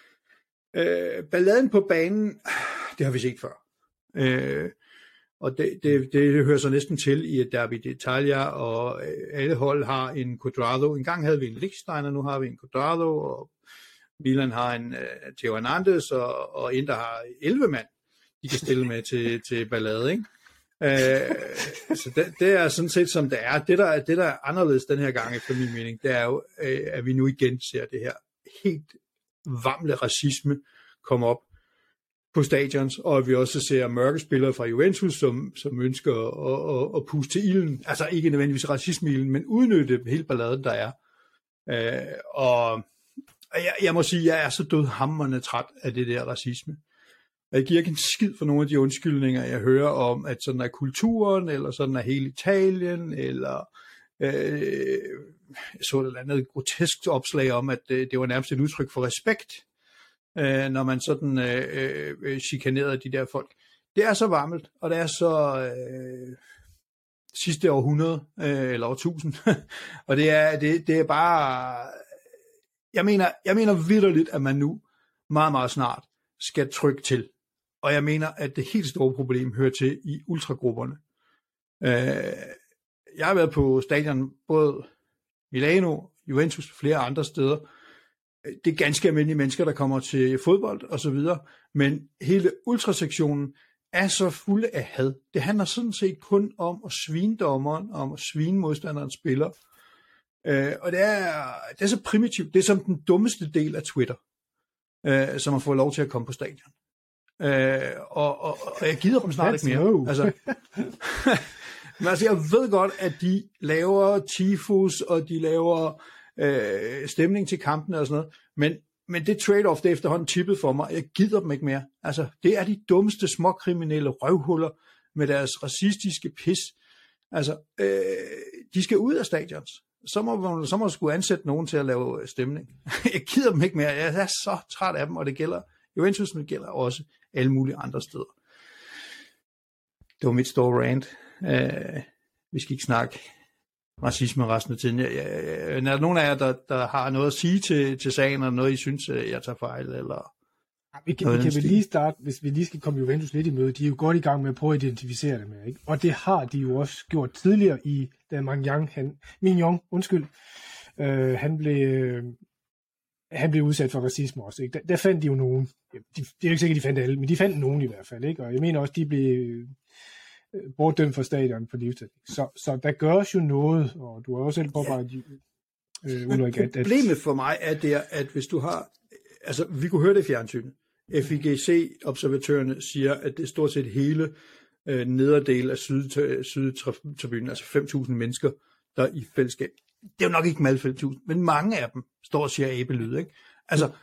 Øh, balladen på banen, det har vi set før. Øh, og det, det, det hører så næsten til i et derby d'Italia, og alle hold har en Cuadrado. En gang havde vi en Lichtsteiner, nu har vi en Cuadrado, og Milan har en uh, Theo Hernandez, og, og Inter har elleve mand, de kan stille med til, til ballade, ikke? Øh, så det, det er sådan set som det er. Det der, det der er anderledes den her gang, efter min mening, det er jo, øh, at vi nu igen ser det her helt vamle racisme komme op på stadions, og at vi også ser mørke spillere fra Juventus, som, som ønsker at, at, at puste til ilden, altså ikke nødvendigvis racisme-ilden, men udnytte hele balladen, der er. Øh, og jeg, jeg må sige, at jeg er så dødhamrende træt af det der racisme. Jeg giver ikke en skid for nogle af de undskyldninger, jeg hører om, at sådan er kulturen, eller sådan er hele Italien, eller øh, jeg så et eller andet grotesk opslag om, at det, det var nærmest et udtryk for respekt, øh, når man sådan øh, øh, chikanerede de der folk. Det er så varmt, og det er så øh, sidste århundrede, øh, eller årtusind, og det er, det, det er bare, jeg mener, jeg mener vitterligt, at man nu meget, meget snart skal trykke til. Og jeg mener, at det helt store problem hører til i ultragrupperne. Øh, jeg har været på stadion både Milano, Juventus og flere andre steder. Det er ganske almindelige mennesker, der kommer til fodbold og så videre, men hele ultrasektionen er så fulde af had. Det handler sådan set kun om at svine dommeren, om at svine modstanderens spiller. Øh, og det er, det er så primitivt. Det er som den dummeste del af Twitter, øh, som har fået lov til at komme på stadion. Øh, og, og, og jeg gider dem snart ikke mere. Altså, men altså, jeg ved godt, at de laver tifus, og de laver øh, stemning til kampene og sådan noget, men, men det trade-off, det er efterhånden tippet for mig. Jeg gider dem ikke mere. Altså, det er de dummeste småkriminelle røvhuller med deres racistiske pis. Altså, øh, de skal ud af stadions. Så må man så må skulle ansætte nogen til at lave stemning. Jeg gider dem ikke mere. Jeg er så træt af dem, og det gælder Juventus, men det gælder også alle mulige andre steder. Det var mit store rant. Uh, vi skal ikke snakke racisme resten af tiden. Jeg, jeg, jeg, er der nogen af jer, der, der har noget at sige til, til sagen, og noget, I synes, jeg tager fejl? Eller ja, vi kan, vi kan vel lige starte, hvis vi lige skal komme Juventus lidt i møde. De er jo godt i gang med at prøve at identificere det med, ikke? Og det har de jo også gjort tidligere i, da Mignon, han, Mignon, undskyld, øh, han blev... han blev udsat for racisme også, ikke? Der, der fandt de jo nogen. De, det er jo ikke sikkert, de fandt alle, men de fandt nogen i hvert fald, ikke? Og jeg mener også, de blev øh, bortdømt fra stadion på livstid. Så, så der gøres jo noget, og du har også selv påpeget, ja. øh, Ulrik, at, at... Problemet for mig er det, at hvis du har... Altså, vi kunne høre det i fjernsynet. F I G C-observatørerne siger, at det er stort set hele øh, nederdel af sydtribunen, altså fem tusind mennesker, der er i fællesskab. Det er jo nok ikke med fem tusind, men mange af dem står og siger abelyd, ikke? Altså,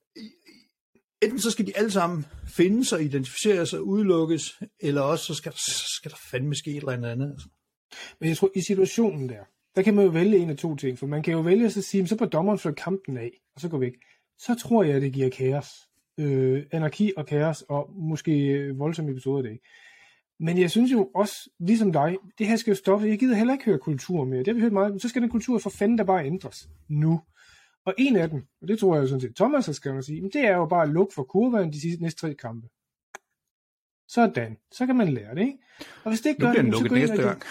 enten så skal de alle sammen finde sig, identificere sig, udelukkes, eller også så skal der, skal der fandme ske et eller andet. Altså. Men jeg tror, i situationen der, der kan man jo vælge en af to ting, for man kan jo vælge at så sige, så på dommeren slår kampen af, og så går væk. Så tror jeg, at det giver kaos. Øh, anarki og kaos, og måske voldsomme episoder af det. Men jeg synes jo også, ligesom dig, det her skal jo stoppe. Jeg gider heller ikke høre kultur mere. Det har vi hørt meget, men så skal den kultur for fanden der bare ændres nu. Og en af dem, og det tror jeg jo sådan set, Thomas har skrevet at sige, det er jo bare at lukke for kurven de sidste næste tre kampe. Sådan. Så kan man lære det, ikke? Og hvis det ikke gør det, så går næste gang.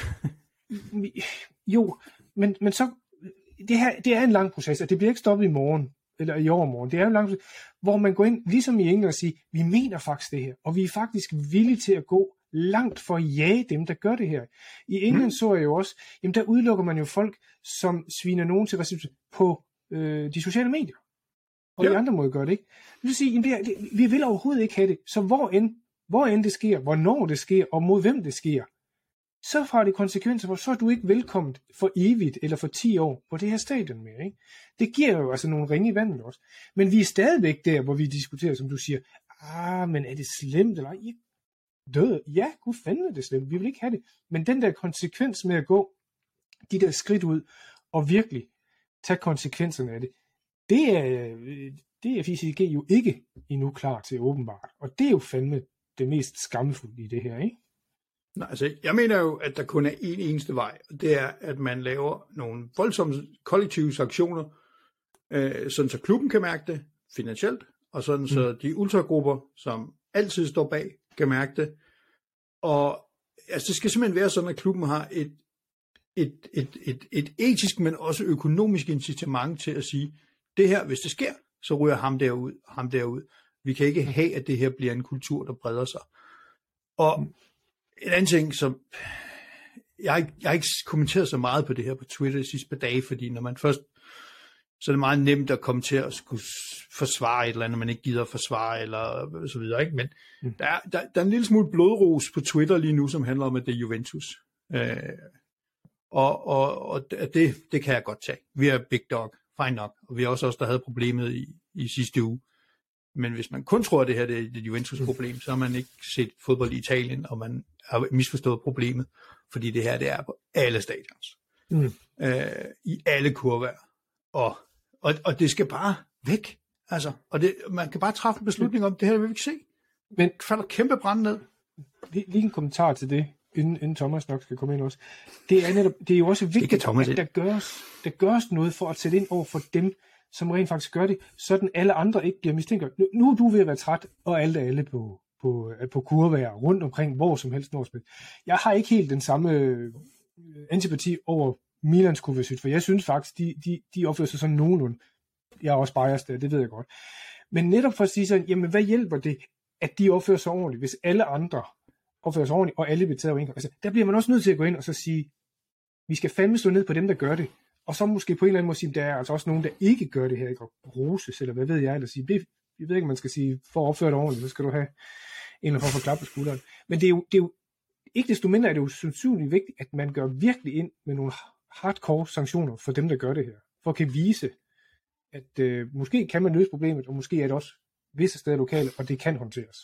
Jo, men, men så, det her, det er en lang proces, og det bliver ikke stoppet i morgen, eller i overmorgen. Det er en lang proces, hvor man går ind, ligesom i England, og siger, vi mener faktisk det her, og vi er faktisk villige til at gå langt for at jage dem, der gør det her. I England hmm. så jeg jo også, jamen der udelukker man jo folk, som sviner nogen til reception på øh, de sociale medier. Og ja. De andre måder gør det ikke. Det vil sige, jamen det, det, vi vil overhovedet ikke have det. Så hvor end, hvor end det sker, hvornår det sker, og mod hvem det sker, så har det konsekvenser, hvor så er du ikke velkommen for evigt eller for ti år på det her stadion mere. Ikke? Det giver jo altså nogle ringe i vandet også. Men vi er stadigvæk der, hvor vi diskuterer, som du siger, ah, men er det slemt, eller I død? Ja, gud fandme er det slemt, vi vil ikke have det. Men den der konsekvens med at gå de der skridt ud, og virkelig tage konsekvenserne af det, det er, det er F I C G jo ikke endnu klar til åbenbart. Og det er jo fandme det mest skamfulde i det her, ikke? Nej, altså, jeg mener jo, at der kun er én eneste vej, og det er, at man laver nogle voldsomme kollektive sanktioner, øh, sådan så klubben kan mærke det finansielt, og sådan så de ultragrupper, som altid står bag, kan mærke det. Og altså, det skal simpelthen være sådan, at klubben har et, et, et, et, et etisk, men også økonomisk incitament til at sige, det her, hvis det sker, så ryger ham derud, ham derud. Vi kan ikke have, at det her bliver en kultur, der breder sig. Og en anden ting, som jeg har, ikke, jeg har ikke kommenteret så meget på det her på Twitter de sidste par dage, fordi når man først, så er det meget nemt at komme til at skulle forsvare et eller andet, man ikke gider at forsvare, eller så videre, ikke? Men mm. der, er, der, der er en lille smule blodros på Twitter lige nu, som handler om, at det er Juventus. Øh, og og, og det, det kan jeg godt tage. Vi er big dog, fine nok, og vi er også os, der havde problemet i, i sidste uge. Men hvis man kun tror, at det her det er et Juventus-problem, så har man ikke set fodbold i Italien, og man har misforstået problemet, fordi det her det er på alle stadions. Mm. Øh, I alle kurver. Og, og, og det skal bare væk. Altså, og det, man kan bare træffe en beslutning om, det her vil vi ikke se. Men falder kæmpe brand ned. Lige en kommentar til det, inden, inden Thomas nok skal komme ind også. Det er, netop, det er jo også vigtigt, at der gøres, der gøres noget for at sætte ind over for dem, som rent faktisk gør det, sådan alle andre ikke bliver mistænkt. Nu, nu er du ved at være træt, og alle er alle på, på, på kurver rundt omkring, hvor som helst Nordsmith. Jeg har ikke helt den samme antipati over Milans kurvesyt, for jeg synes faktisk, de, de, de opfører sig sådan nogenlunde. Jeg er også biased der, det ved jeg godt. Men netop for at sige sådan, jamen hvad hjælper det, at de opfører sig ordentligt, hvis alle andre opfører sig ordentligt, og alle betaler overindkomst? Altså, der bliver man også nødt til at gå ind og så sige, vi skal fandme stå ned på dem, der gør det. Og så måske på en eller anden måde sige, der er altså også nogen, der ikke gør det her, ikke? Og roses, eller hvad ved jeg, eller sige, det, jeg ved ikke, man skal sige, for at opføre det ordentligt, så skal du have en eller anden form for klap på skulderen. Men det er, jo, det er jo, ikke desto mindre er det jo sandsynligt vigtigt, at man gør virkelig ind med nogle hardcore sanktioner for dem, der gør det her. For at kan vise, at øh, måske kan man løse problemet, og måske er det også visse steder lokale, og det kan håndteres.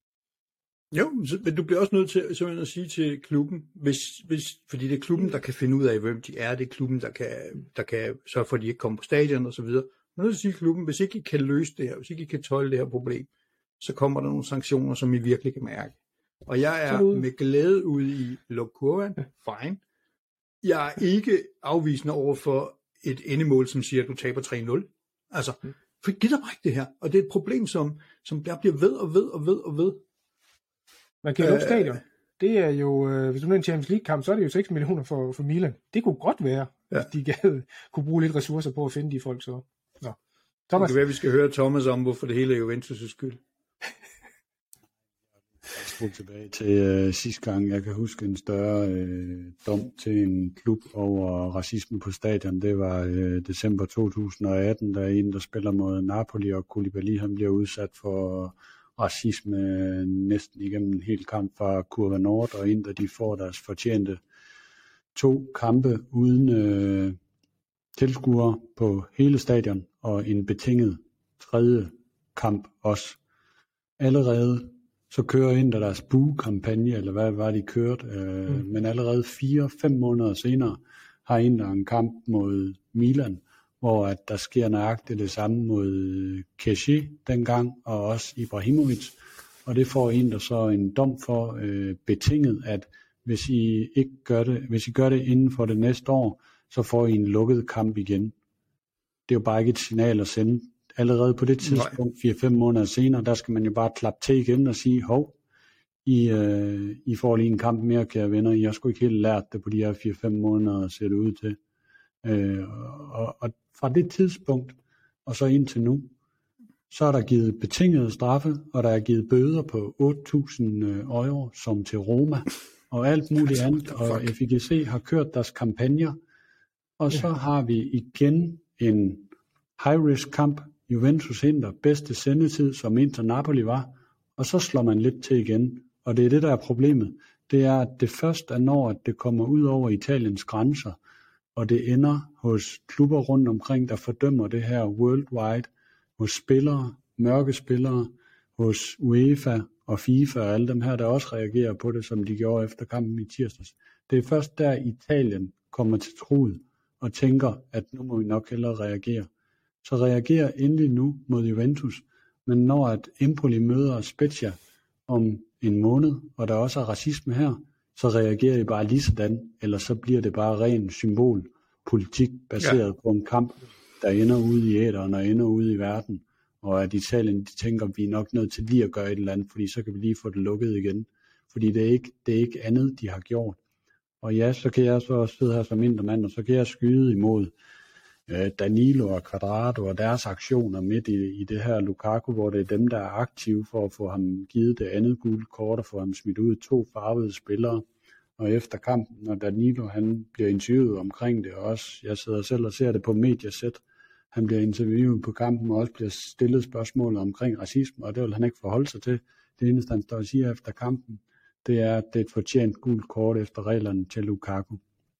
Jo, men du bliver også nødt til simpelthen at sige til klubben, hvis, hvis, fordi det er klubben, der kan finde ud af, hvem de er, det er klubben, der kan, der kan sørge for, at de ikke kommer på stadion og så videre. Man er nødt til at sige til klubben, hvis ikke I kan løse det her, hvis ikke I kan tåle det her problem, så kommer der nogle sanktioner, som I virkelig kan mærke. Og jeg er med glæde ude i luk kurven, fine. Jeg er ikke afvisende over for et endemål, som siger, at du taber tre nul. Altså, for gider bare ikke det her. Og det er et problem, som, som der bliver ved og ved og ved og ved. Man kan jo lukke stadion. Det er jo, øh, hvis du er en Champions League-kamp, så er det jo seks millioner for, for Milan. Det kunne godt være, ja. Hvis de gad, kunne bruge lidt ressourcer på at finde de folk. Så. Nå. Thomas. Det kan være, vi skal høre Thomas om, hvorfor det hele er Juventus' skyld. Jeg tilbage til øh, sidste gang, jeg kan huske en større øh, dom til en klub over racisme på stadion. Det var øh, december to tusind og atten, der er en, der spiller mod Napoli, og Koulibaly, han bliver udsat for racisme næsten igennem en hel kamp fra Kurva Nord, og Inter, de får deres fortjente to kampe uden øh, tilskuere på hele stadion, og en betinget tredje kamp også. Allerede så kører Inter deres boo-kampagne, eller hvad var de kørt, øh, mm. men allerede fire, fem måneder senere har Inter en kamp mod Milan, hvor at der sker nøjagtigt det samme mod Kessie dengang, og også Ibrahimovic. Og det får Inter så en dom for øh, betinget, at hvis I ikke gør det, hvis I gør det inden for det næste år, så får I en lukket kamp igen. Det er jo bare ikke et signal at sende. Allerede på det tidspunkt, fire fem måneder senere, der skal man jo bare klappe til igen og sige, hov, I, øh, I får lige en kamp mere, kære venner. I har sgu ikke helt lært det på de her fire fem måneder, ser det ud til. Øh, og, og fra det tidspunkt, og så indtil nu, så er der givet betingede straffe, og der er givet bøder på otte tusind euro, som til Roma, og alt muligt andet, og F I G C har kørt deres kampagner, og så har vi igen en high-risk kamp, Juventus Inter, bedste sendetid, som Inter Napoli var, og så slår man lidt til igen, og det er det, der er problemet. Det er, at det først er, når det kommer ud over Italiens grænser, og det ender hos klubber rundt omkring, der fordømmer det her worldwide, hos spillere, mørke spillere, hos UEFA og FIFA og alle dem her, der også reagerer på det, som de gjorde efter kampen i tirsdags. Det er først der, Italien kommer til truet og tænker, at nu må vi nok hellere reagere. Så reagerer endelig nu mod Juventus, men når at Empoli møder Spezia om en måned, og der også er racisme her, så reagerer de bare lige sådan, eller så bliver det bare ren symbolpolitik baseret ja. på en kamp, der ender ude i æteren og ender ude i verden, og at Italien, de tænker, at vi er nok nødt til lige at gøre et eller andet, fordi så kan vi lige få det lukket igen, fordi det er ikke, det er ikke andet, de har gjort. Og ja, så kan jeg så også sidde her som intermand, og så kan jeg skyde imod øh, Danilo og Quadrado og deres aktioner midt i, i det her Lukaku, hvor det er dem, der er aktive for at få ham givet det andet gule kort og få ham smidt ud to farvede spillere. Og efter kampen, når Danilo han bliver interviewet omkring det, og også jeg sidder selv og ser det på mediasæt, han bliver interviewet på kampen og også bliver stillet spørgsmål omkring racisme, og det vil han ikke forholde sig til. Det eneste, han står og siger efter kampen, det er, at det er et fortjent gult kort efter reglerne til Lukaku.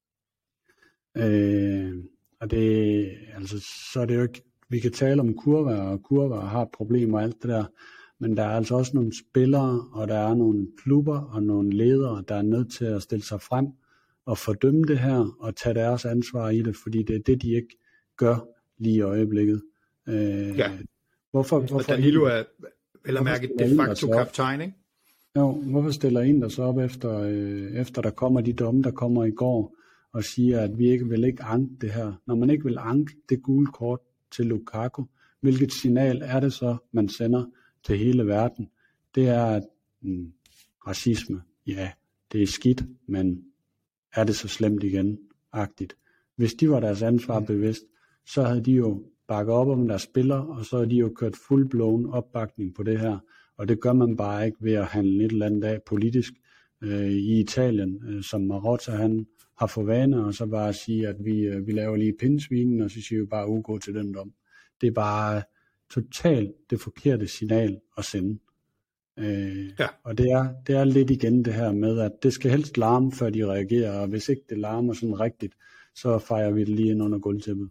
Øh, og det, altså, så er det jo ikke, vi kan tale om kurver, og kurver har et problem og alt det der, men der er altså også nogle spillere, og der er nogle klubber og nogle ledere, der er nødt til at stille sig frem og fordømme det her og tage deres ansvar i det, fordi det er det, de ikke gør lige i øjeblikket. Øh, ja. Hvorfor, hvorfor Danilo er vel at mærke de facto kaptajn, ikke? Jo, hvorfor stiller en der så op efter, øh, efter der kommer de domme, der kommer i går, og siger, at vi ikke vil ikke anke det her. Når man ikke vil anke det gule kort til Lukaku, hvilket signal er det så, man sender til hele verden? Det er, at mm, racisme, ja, det er skidt, men er det så slemt igen? Agtigt. Hvis de var deres ansvar bevidst, så havde de jo bakket op om deres spillere, og så havde de jo kørt full-blown opbakning på det her. Og det gør man bare ikke ved at handle et eller andet af politisk øh, i Italien, øh, som Marotta han har for vane, og så bare sige, at vi, øh, vi laver lige pindsvinen, og så siger vi bare ugå til den dom. Det er bare totalt det forkerte signal at sende. Øh, ja. Og det er, det er lidt igen det her med, at det skal helst larme, før de reagerer, og hvis ikke det larmer sådan rigtigt, så fejrer vi det lige ind under gulvtæppet.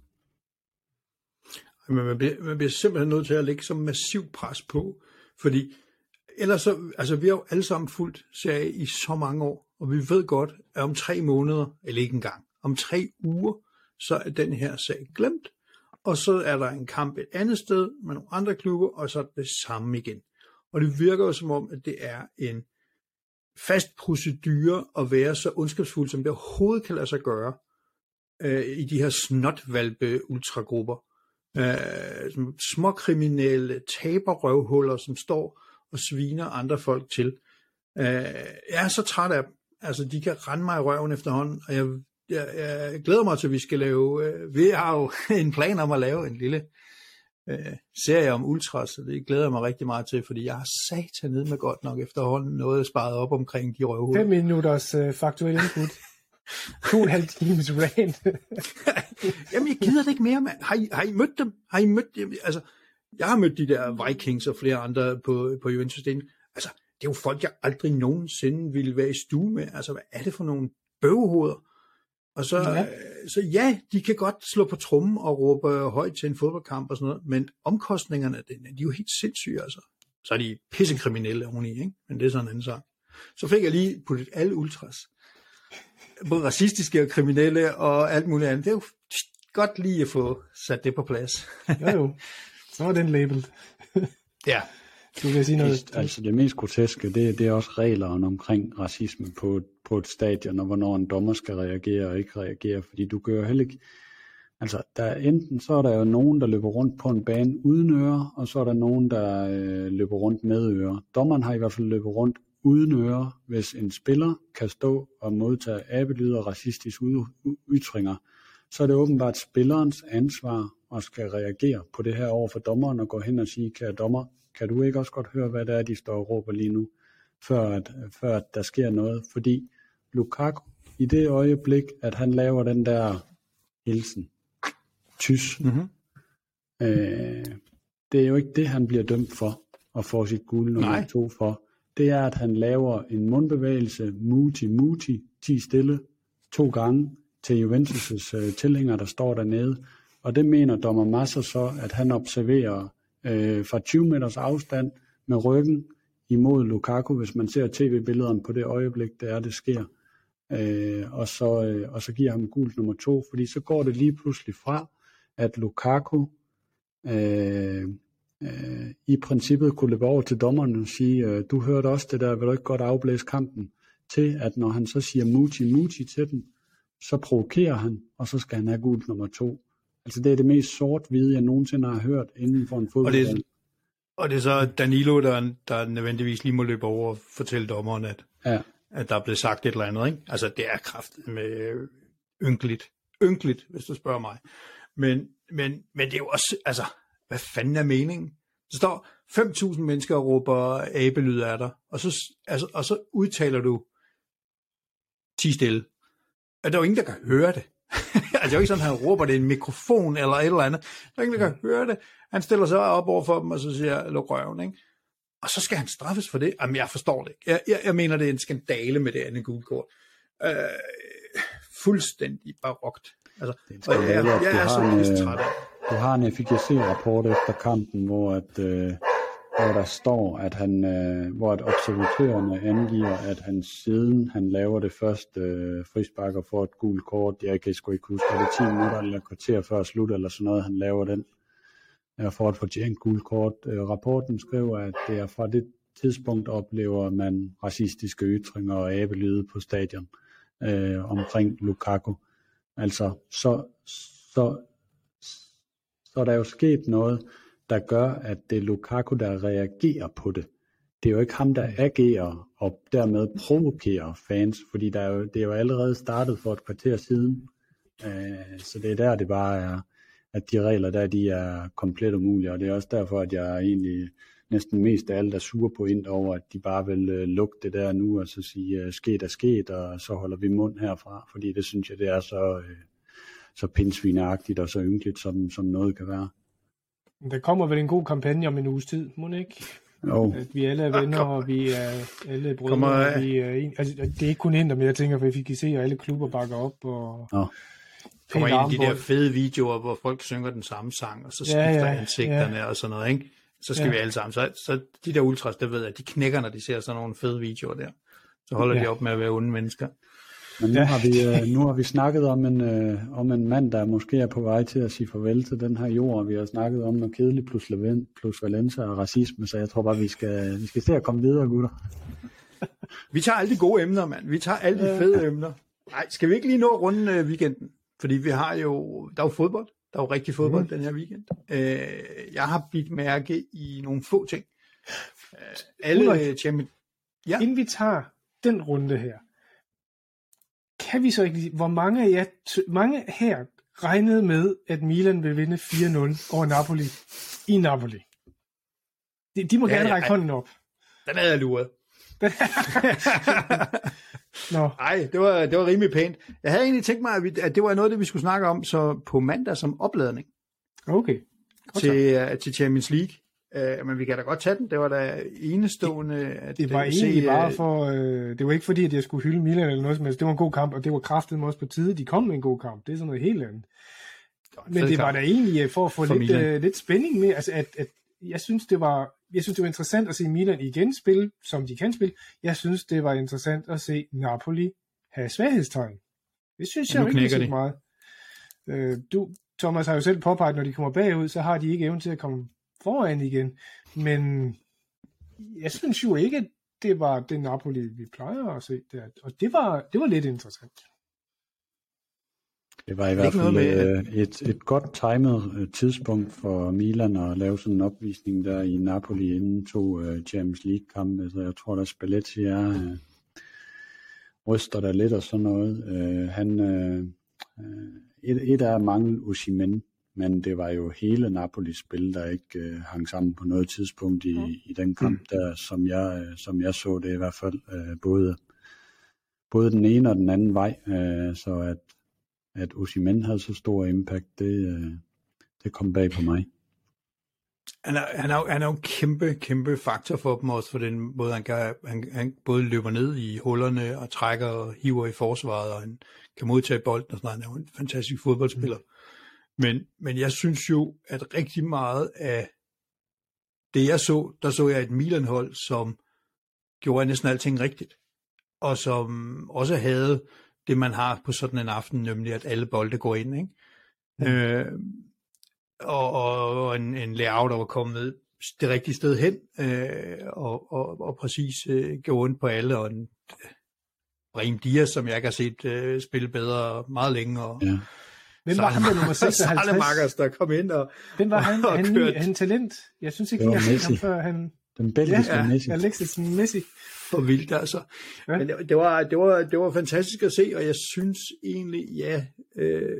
Men man bliver, man bliver simpelthen nødt til at lægge så massiv pres på, fordi ellers så, altså vi har jo alle sammen fulgt serie i så mange år, og vi ved godt, at om tre måneder, eller ikke engang, om tre uger, så er den her sag glemt, og så er der en kamp et andet sted med nogle andre klubber, og så er det samme igen. Og det virker jo som om, at det er en fast procedure at være så ondskabsfuld, som det overhovedet kan lade sig gøre, øh, i de her snotvalpe ultragrupper. Øh, små kriminelle taberrøvhuller, som står og sviner andre folk til. Øh, jeg er så træt af dem. Altså, de kan rende mig i røven efterhånden, og jeg, jeg, jeg glæder mig til, at vi skal lave, øh, vi har jo en plan om at lave en lille øh, serie om ultras, så det glæder jeg mig rigtig meget til, fordi jeg har satan ned med godt nok efterhånden noget sparet op omkring de røvhuller. Fem minutters øh, faktuel input. To og en halv times rant. Jamen, jeg gider det ikke mere, mand. Har I, har I mødt dem? Har I mødt dem? Altså, jeg har mødt de der Vikings og flere andre på, på Juventus-delen. Altså, det er jo folk, jeg aldrig nogensinde ville være i stue med. Altså, hvad er det for nogle bøvehoveder? Og så ja. så ja, de kan godt slå på trommen og råbe højt til en fodboldkamp og sådan noget, men omkostningerne, de er jo helt sindssyge, altså. Så er de pissekriminelle oveni, ikke? Men det er sådan en anden sag. Så fik jeg lige puttet alle ultras både racistiske og kriminelle og alt muligt andet. Det er jo godt lige at få sat det på plads. Jo jo, så er den labelt. Ja. Du vil sige noget. Altså det mest groteske, det, det er også reglerne omkring racisme på, på et stadion, og hvornår en dommer skal reagere og ikke reagere, fordi du gør heller ikke, altså der er enten så er der jo nogen, der løber rundt på en bane uden ører, og så er der nogen, der øh, løber rundt med ører. Dommeren har i hvert fald løbet rundt uden ører, hvis en spiller kan stå og modtage abelyde og racistiske ytringer, så er det åbenbart spillerens ansvar at skal reagere på det her over for dommeren og gå hen og sige, kære dommer, kan du ikke også godt høre, hvad det er, de står og råber lige nu, før at, før at der sker noget? Fordi Lukaku, i det øjeblik, at han laver den der hilsen, tys, mm-hmm. øh, det er jo ikke det, han bliver dømt for, og får sit gule nummer to for. Det er, at han laver en mundbevægelse, muti, muti, ti stille, to gange, til Juventus' øh, tilhængere, der står dernede. Og det mener dommer Masser så, at han observerer øh, fra tyve meters afstand med ryggen imod Lukaku, hvis man ser tv-billederne på det øjeblik, det er, det sker. Øh, og, så, øh, og så giver ham gult nummer to, fordi så går det lige pludselig fra, at Lukaku øh, øh, i princippet kunne løbe over til dommeren og sige, øh, du hørte også det der, vil du ikke godt afblæse kampen, til at når han så siger muti, muti til den, så provokerer han, og så skal han have gult nummer to. Altså det er det mest sort-hvide, jeg nogensinde har hørt inden for en fodbold. Og det, og det er så Danilo, der, der nødvendigvis lige må løbe over og fortælle dommeren, at, ja. at der er blevet sagt et eller andet. Ikke? Altså det er kraftigt med ynkeligt. Ynkeligt, hvis du spørger mig. Men, men, men det er jo også, altså, hvad fanden er meningen? Der står fem tusind mennesker og råber abelyd af dig, og så, altså, og så udtaler du ti stille. Og der er jo ingen, der kan høre det. altså det er jo ikke sådan, at han råber det i en mikrofon eller et eller andet. Der er ingen, der kan høre det. Han stiller sig op over for dem, og så siger, luk røven, ikke? Og så skal han straffes for det. Jamen, jeg forstår det ikke. Jeg, jeg, jeg mener, det er en skandale med det andet gule kort. Øh, fuldstændig barokt. Altså, det er og jeg, jeg, jeg er så pisse træt af. Du har en F I G C-rapport efter kampen, hvor at... Øh hvor der står, at han, øh, hvor at observatørerne angiver, at han siden han laver det første øh, frispark og får et gult kort, jeg kan sgu ikke huske, er det ti minutter eller kvarter før slut eller sådan noget, han laver den, og får et fortjent gult kort. Øh, rapporten skriver, at det er fra det tidspunkt oplever man racistiske ytringer og abelyde på stadion øh, omkring Lukaku. Altså, så, så, så er der jo sket noget, der gør, at det er Lukaku, der reagerer på det. Det er jo ikke ham, der agerer og dermed provokerer fans, fordi der er jo, det er jo allerede startet for et kvarter siden. Øh, så det er der, det bare er, at de regler der, de er komplet umulige, og det er også derfor, at jeg egentlig næsten mest af alt er sur på ind over, at de bare vil øh, lukke det der nu, og så sige, øh, sket er sket, og så holder vi mund herfra, fordi det synes jeg, det er så, øh, så pindsvineagtigt og så ynkeligt, som, som noget kan være. Der kommer vel en god kampagne om en uges tid, må det ikke? Jo. At vi alle er venner, og vi er alle brødre, kommer, og vi er en... Altså, det er ikke kun Inter, men jeg tænker, at vi kan se, at alle klubber bakker op, og... Ja. Kommer ind i de der fede videoer, hvor folk synger den samme sang, og så skifter ja, ja, ansigterne ja. og sådan noget, ikke? Så skal ja. vi alle sammen. Så, så de der ultras, der ved at de knækker, når de ser sådan nogle fede videoer der. Så holder ja. de op med at være onde mennesker. Men nu, ja. har vi, nu har vi snakket om en, øh, om en mand, der måske er på vej til at sige farvel til den her jord. Vi har snakket om noget kedeligt plus, plus Valencia og racisme, så jeg tror bare, vi skal, vi skal se at komme videre, gutter. Vi tager alle de gode emner, mand. Vi tager alle de fede emner. Nej, skal vi ikke lige nå at runde øh, weekenden? Fordi vi har jo, der er jo fodbold. Der er jo rigtig fodbold mm. den her weekend. Øh, jeg har bidt mærke i nogle få ting. Øh, alle champion... ja. Inden vi tager den runde her, kan vi så ikke lige, hvor mange af jer, mange her regnede med, at Milan vil vinde fire nul over Napoli i Napoli? De, de må ja, gerne række ja, hånden op. Den havde jeg luret. Nå. Ej, det var, det var rimelig pænt. Jeg havde egentlig tænkt mig, at, vi, at det var noget, det vi skulle snakke om så på mandag som opladning. Okay. Til, uh, til Champions League. Uh, men vi kan da godt tage den. Det var da enestående. At det var at egentlig se, bare for... Uh, det var ikke fordi, at jeg skulle hylde Milan eller noget som helst. Det var en god kamp, og det var kraftedeme også på tide. De kom med en god kamp. Det er sådan noget helt andet. Det men det kamp. Var da egentlig for at få for lidt, uh, lidt spænding med. Altså, at, at jeg synes, det var... Jeg synes, det var interessant at se Milan igen spille, som de kan spille. Jeg synes, det var interessant at se Napoli have svaghedstegn. Det synes Ja, jeg nu ikke knækker så de. meget. Øh, du, Thomas har jo selv påpeget, når de kommer bagud, så har de ikke evnen til at komme foran igen. Men jeg synes jo ikke, at det var det Napoli, vi plejer at se der. Og det var, det var lidt interessant. Det var i hvert fald med... et, et godt timet tidspunkt for Milan at lave sådan en opvisning der i Napoli inden to Champions League-kampe. Så jeg tror, der Spalletti er øh, ryster der lidt og sådan noget. Øh, han, øh, et, et af mange Osimhen, men det var jo hele Napolis spil, der ikke øh, hang sammen på noget tidspunkt i, mm. i den kamp der, som jeg, som jeg så det i hvert fald. Øh, både, både den ene og den anden vej, øh, så at at Osimhen havde så stor impact, det, det kom bag på mig. Han er, han, er, han er jo en kæmpe, kæmpe faktor for dem også, for den måde, han, kan, han, han både løber ned i hullerne og trækker og hiver i forsvaret, og han kan modtage bolden og sådan noget. Han er jo en fantastisk fodboldspiller. Mm. Men, men jeg synes jo, at rigtig meget af det, jeg så, der så jeg et Milan-hold, som gjorde næsten alting rigtigt, og som også havde det, man har på sådan en aften, nemlig at alle bolde går ind, ikke? Mm. Øh, og, og en, en layout, der var kommet det rigtige sted hen, øh, og, og, og præcis øh, gjorde ondt på alle, og en Brahim Diaz, som jeg ikke har set øh, spille bedre meget længe, og ja. Hvem var han der nummer seksoghalvtreds? Salemakkers, der kom ind og Hvem var han? og han, ny, han talent? Jeg synes ikke, jeg har set ham før. Han... Den belgiske ja, Messi. Alexis Messi. For vildt, altså. Ja. Men det, det, var, det, var, det var fantastisk at se, og jeg synes egentlig, ja, øh,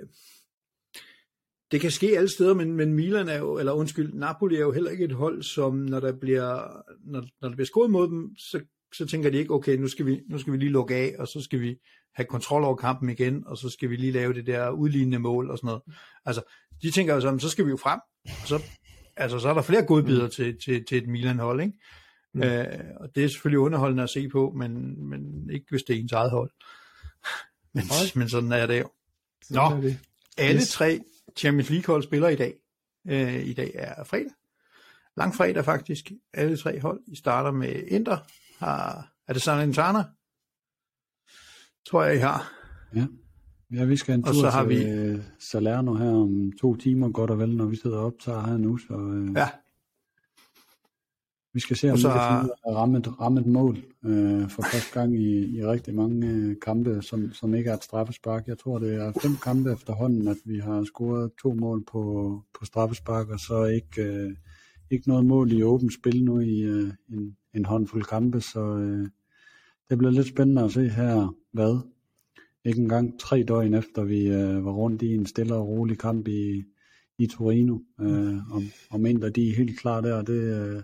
det kan ske alle steder, men, men Milan er jo, eller undskyld, Napoli er jo heller ikke et hold, som når der bliver, når, når der bliver scoret mod dem, så, så tænker de ikke, okay, nu skal, vi, nu skal vi lige lukke af, og så skal vi have kontrol over kampen igen, og så skal vi lige lave det der udlignende mål og sådan noget. Altså, de tænker jo sådan, så skal vi jo frem, og så, altså, så er der flere godbidder mm. til, til, til et Milan-hold, ikke? Mm. Øh, og det er selvfølgelig underholdende at se på, men, men ikke hvis det er ens eget hold. men, men sådan er det jo. Nå, er det. alle yes. tre Champions League-hold spiller i dag. Øh, I dag er fredag. Langfredag faktisk. Alle tre hold. I starter med Inter. Har, er det Salernitana? Tror jeg, I har. Ja. Ja, vi skal en tur til har vi... Salerno her om to timer, godt og vel, når vi sidder og optager her nu. Så, øh... ja. Vi skal se, om så... vi kan finde at ramme et, ramme et mål øh, for første gang i, i rigtig mange øh, kampe, som, som ikke er et straffespark. Jeg tror, det er fem kampe efterhånden, at vi har scoret to mål på, på straffespark, og så ikke, øh, ikke noget mål i åbent spil nu i øh, en, en håndfuld kampe. Så øh, det bliver lidt spændende at se her, hvad? Ikke engang tre døgn efter, vi øh, var rundt i en stille og rolig kamp i, i Torino. Øh, om, om en af de er helt klar der, det øh,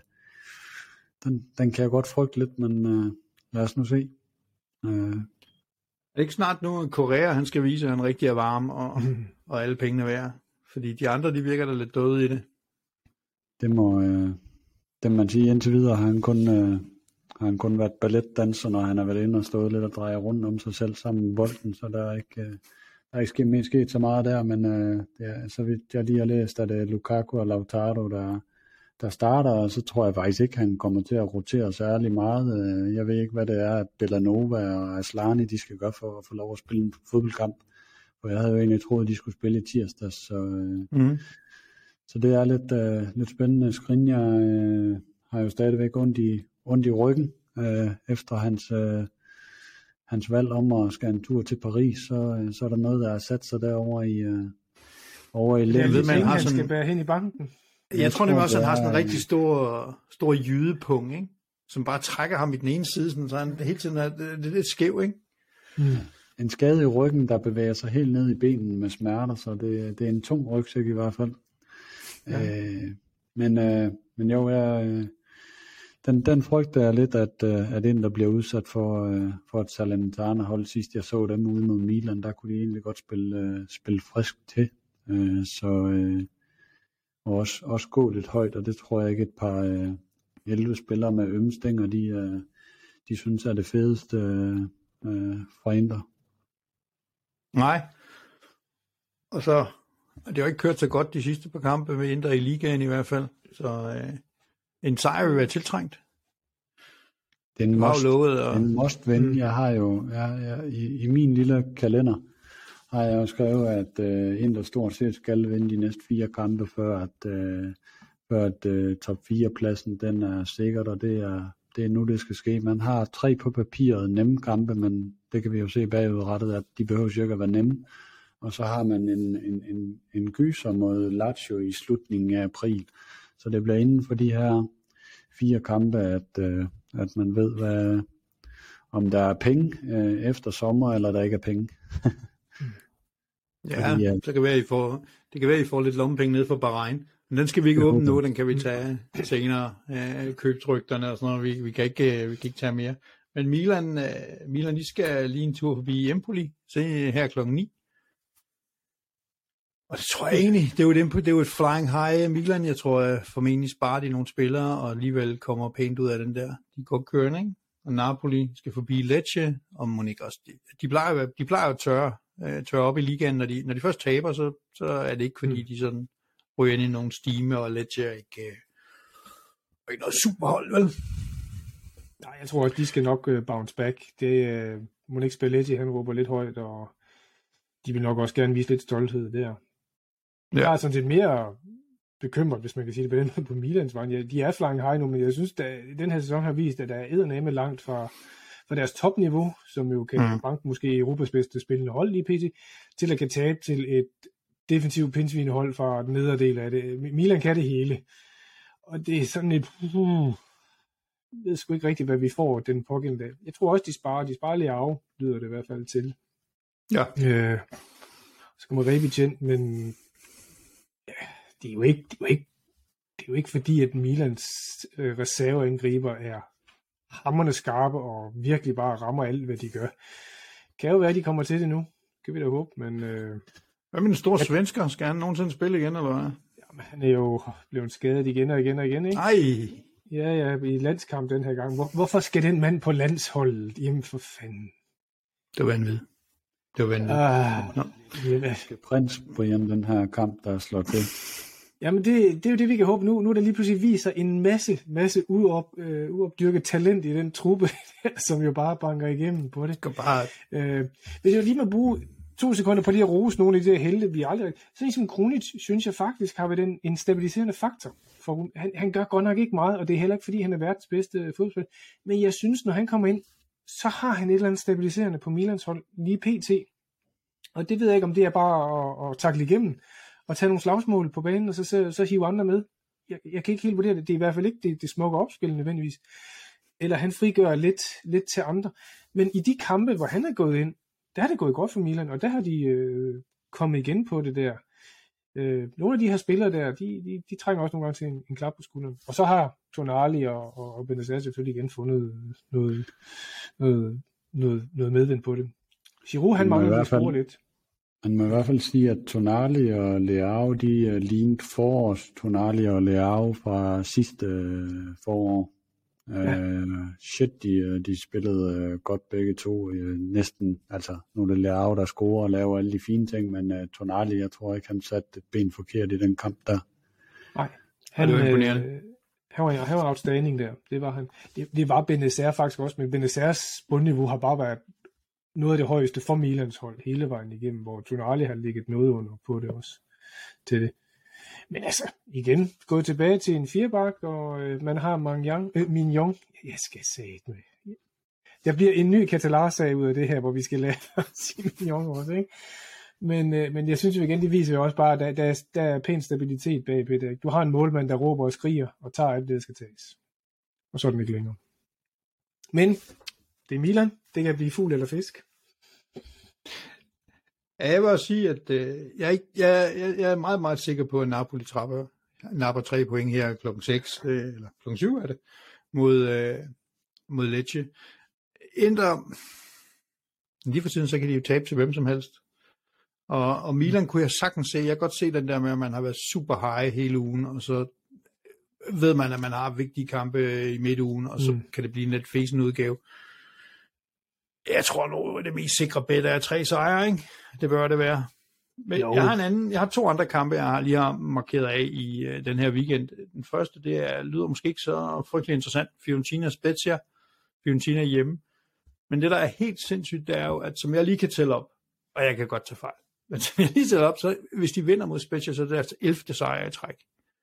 Den, den kan jeg godt frygte lidt, men øh, lad os nu se. Øh. Er det ikke snart nu, at Korea, han skal vise, at han rigtig er varm, og, mm. og alle pengene værd? Fordi de andre, de virker da lidt døde i det. Det må, øh, det man sige, indtil videre har han kun, øh, har han kun været balletdanser, når han har været inde og stået lidt og dreje rundt om sig selv sammen med bolden, så der er ikke, øh, der er ikke sket, mere sket så meget der, men øh, det er, så vidt jeg lige har læst, at det er Lukaku og Lautaro, der der starter, og så tror jeg faktisk ikke, han kommer til at rotere særlig meget. Jeg ved ikke, hvad det er, at Bellanova og Aslani, de skal gøre for at få lov at spille en fodboldkamp. For jeg havde jo egentlig troet, at de skulle spille i tirsdags. Så, mm. så det er lidt, uh, lidt spændende. Skriniar uh, har jo stadigvæk ondt i, ondt i ryggen, uh, efter hans, uh, hans valg om at skal en tur til Paris. Så, uh, så er der noget, der er sat sig derovre i, uh, over i lægen. Jeg ved, man har sådan... skal bære hen i banken. Jeg, jeg tror nemlig også, at han har sådan en rigtig stor, stor jydepunkt, ikke? Som bare trækker ham i den ene side, sådan, så han hele tiden er, det, det er lidt skæv, ikke? Mm. En skade i ryggen, der bevæger sig helt ned i benen med smerter, så det, det er en tung rygsæk i hvert fald. Ja. Øh, men, øh, men jo, jeg, øh, den, den frygter jeg lidt, at, øh, at Inter bliver udsat for, øh, for et Salernitana hold. Sidst jeg så dem ude mod Milan, der kunne de egentlig godt spille, øh, spille frisk til. Øh, så... Øh, og også, også gå lidt højt, og det tror jeg ikke et par øh, elleve spillere med ømme stænger, de, øh, de synes er det fedeste øh, fra Inter. Nej, og så det har jo ikke kørt så godt de sidste par kampe med Inter i ligaen i hvert fald, så øh, en sejr vil være tiltrængt. det er en Du har must, jo lovet at... en must win. Mm. Jeg har jo jeg, jeg, i, i min lille kalender har jeg jo skrevet, at uh, Inter stort set skal vinde de næste fire kampe, før at, uh, før at uh, top fire pladsen den er sikkert, og det er, det er nu, det skal ske. Man har tre på papiret nemme kampe, men det kan vi jo se bagudrettet, at de behøver jo ikke at være nemme. Og så har man en, en, en, en gyser mod Lazio i slutningen af april. Så det bliver inden for de her fire kampe, at, uh, at man ved, hvad, om der er penge uh, efter sommer, eller der ikke er penge. Ja, Fordi, ja, så kan være, I får, det kan være, at I får lidt lommepenge ned fra Bahrain. Men den skal vi ikke Jeg åbne håber. nu, den kan vi tage senere. Øh, købtrygterne og sådan noget, vi, vi, kan ikke, vi kan ikke tage mere. Men Milan, øh, Milan, de skal lige en tur forbi Empoli, se her klokken ni. Og det tror jeg egentlig, det er jo et, det er jo et flying high Milan. Jeg tror jeg formentlig sparer de nogle spillere, og alligevel kommer pænt ud af den der. De går kørende, ikke? Og Napoli skal forbi Lecce, og Monica også. De, de plejer jo de plejer at tørre, øh, tørre op i ligaen, når de, når de først taber, så, så er det ikke fordi, mm. de sådan ryger ind i nogle stime, og Lecce er ikke, øh, ikke noget superhold, vel? Nej, jeg tror også, de skal nok uh, bounce back. Det uh, må ikke spille Lecce, han råber lidt højt, og de vil nok også gerne vise lidt stolthed der. Ja. Jeg er sådan set mere bekymret, hvis man kan sige det på den måde, på Milans vej. Ja, de er flying high nu, men jeg synes, at den her sæson har vist, at der er eddermame langt fra, fra deres topniveau, som jo kan mm. banke måske Europas bedste spillende hold lige pt, til at kan tabe til et defensivt pindsvinehold fra den nedre del af det. Milan kan det hele. Og det er sådan et... Uh, jeg ved sgu ikke rigtigt, hvad vi får den pågældende dag. Jeg tror også, de sparer. De sparer lige af, lyder det i hvert fald til. Ja. Øh, så kommer Rebic ind, men ja, det er jo ikke, det er jo ikke, det er jo ikke fordi, at Milans øh, reserveangriber er hamrende skarpe og virkelig bare rammer alt, hvad de gør. Kan jo være, at de kommer til det nu. Kan vi da håbe, men... Øh, hvad med den store jeg... svensker? Skal han nogensinde spille igen, eller hvad? Jamen, han er jo blevet skadet igen og igen og igen, ikke? Nej. Ja, ja, i landskamp den her gang. Hvor, hvorfor skal den mand på landsholdet? Jamen for fanden. Det var vanvittigt. Det var vanvittigt. Ah, Nå. Ja. skal prins Brian den her kamp, der slår til. Jamen det, det er jo det, vi kan håbe nu. Nu er der lige pludselig viser en masse, masse uop, øh, uopdyrket talent i den truppe, som jo bare banker igennem på det. Skal bare... Øh, hvis jeg lige må bruge to sekunder på lige at rose nogle af de der helte, vi aldrig... Sådan som Krunic, synes jeg faktisk, har været en, en stabiliserende faktor. For han, han gør godt nok ikke meget, og det er heller ikke, fordi han er verdens bedste fodboldspiller. Men jeg synes, når han kommer ind, så har han et eller andet stabiliserende på Milans hold, lige pt. Og det ved jeg ikke, om det er bare at, at takle igennem, og tage nogle slagsmål på banen, og så, så, så hive andre med. Jeg, jeg kan ikke helt vurdere det. Det er i hvert fald ikke det, det smukke opspil nødvendigvis. Eller han frigør lidt, lidt til andre. Men i de kampe, hvor han er gået ind, der har det gået godt for Milan, og der har de øh, kommet igen på det der. Øh, nogle af de her spillere der, de, de, de trænger også nogle gange til en, en klap på skulderen. Og så har Tonali og, og, og Benazir selvfølgelig igen fundet noget, noget, noget, noget medvind på det. Giroud, han mangler at score lidt. Man må i hvert fald sige, at Tonali og Leao, de uh, lignede forårs Tonali og Leao fra sidste uh, forår. Ja. Uh, shit, de, de spillede uh, godt begge to. Uh, næsten, altså nu er det Leao, der scorer og laver alle de fine ting, men uh, Tonali, jeg tror ikke, han satte et ben forkert i den kamp der. Nej, han, det var imponerende. Øh, han, var, han var outstanding der. Det var han. Det, det var Benazir faktisk også, men Benazirs bundniveau har bare været noget af det højeste for Milans hold hele vejen igennem, hvor Tonali har ligget noget under på det også til det. Men altså, igen, gået tilbage til en firebak, og øh, man har Mignon, øh, Mignon. Jeg skal sige det med. Der bliver en ny Catalar-sag ud af det her, hvor vi skal lære at sige Mignon også, ikke? Men, øh, men jeg synes jo igen, det viser jo også bare, at der, der, der er pæn stabilitet bagved det. Du har en målmand, der råber og skriger, og tager alt det, der skal tages. Og så er den ikke længere. Men det er Milan. Det kan blive fugl eller fisk. Ja, jeg vil også sige, at øh, jeg, jeg, jeg, jeg er meget, meget sikker på, at Napoli trapper, napper tre point her klokken seks, øh, eller klokken syv er det, mod, øh, mod Lecce. Inter, lige for tiden, så kan de jo tabe til hvem som helst. Og, og Milan kunne jeg sagtens se, jeg kan godt se den der med, at man har været super high hele ugen, og så ved man, at man har vigtige kampe i midtugen, og så mm. kan det blive en lidt fesen udgave. Jeg tror nu, at det mest sikre bet er tre sejre, ikke? Det bør det være. Men jeg har, en anden, jeg har to andre kampe, jeg har lige har markeret af i uh, den her weekend. Den første, det er, lyder måske ikke så frygtelig interessant. Fiorentina Spezia Fiorentina hjemme. Men det, der er helt sindssygt, det er jo, at som jeg lige kan tælle op, og jeg kan godt tage fejl, men som jeg lige tæller op, så hvis de vinder mod Spezia, så er det altså ellevte sejr i træk.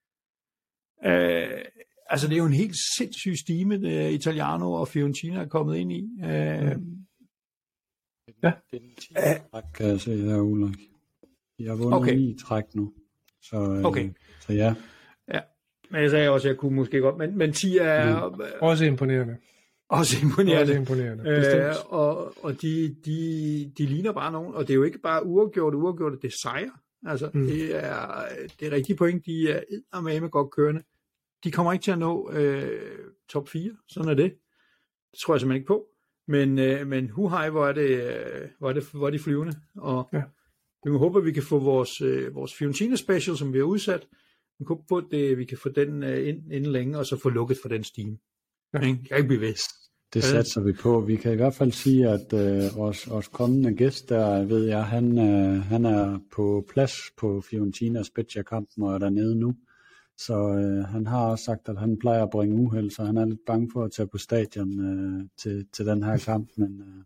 Øh, altså, det er jo en helt sindssyg stime, det Italiano og Fiorentina er kommet ind i. Øh, ja. Det er den tiende træk, kan jeg se her, Ulrik. De har vundet okay. ni træk nu. Så, øh, okay. så ja. Ja, men jeg sagde også, at jeg kunne måske godt, men, men ti er... Mm. Også imponerende. Også imponerende. Også imponerende, øh, og og de, de, de ligner bare nogen, og det er jo ikke bare uafgjort, uafgjort, det er sejre. Altså, mm. det er det er rigtige point, de er eddermame godt kørende. De kommer ikke til at nå øh, top fire, sådan er det. Det tror jeg simpelthen ikke på. Men, øh, men huhej, hvor er det, øh, hvor er det, hvor er de flyvende, og ja. Vi må håbe, at vi kan få vores, øh, vores Fiorentina Special, som vi har udsat, vi kan håbe på, at det, vi kan få den øh, ind, inden længe, og så få lukket for den steam. Ja. Jeg kan ikke blive ved. Det satser vi på. Vi kan i hvert fald sige, at øh, vores, vores kommende gæst, der ved jeg, han, øh, han er på plads på Fiorentina Spezia-kampen og er dernede nu. Så øh, han har også sagt, at han plejer at bringe uheld, så han er lidt bange for at tage på stadion øh, til, til den her kamp. Men, øh...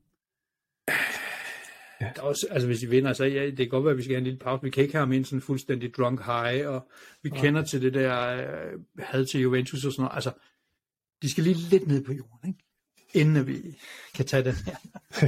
ja. Også, altså hvis de vinder, så ja, det kan godt være, at vi skal have en lille pause. Vi kan ikke have ham ind sådan fuldstændig drunk high, og vi ja. kender til det der øh, had til Juventus og sådan noget. Altså, de skal lige lidt ned på jorden, ikke? Inden vi kan tage den her.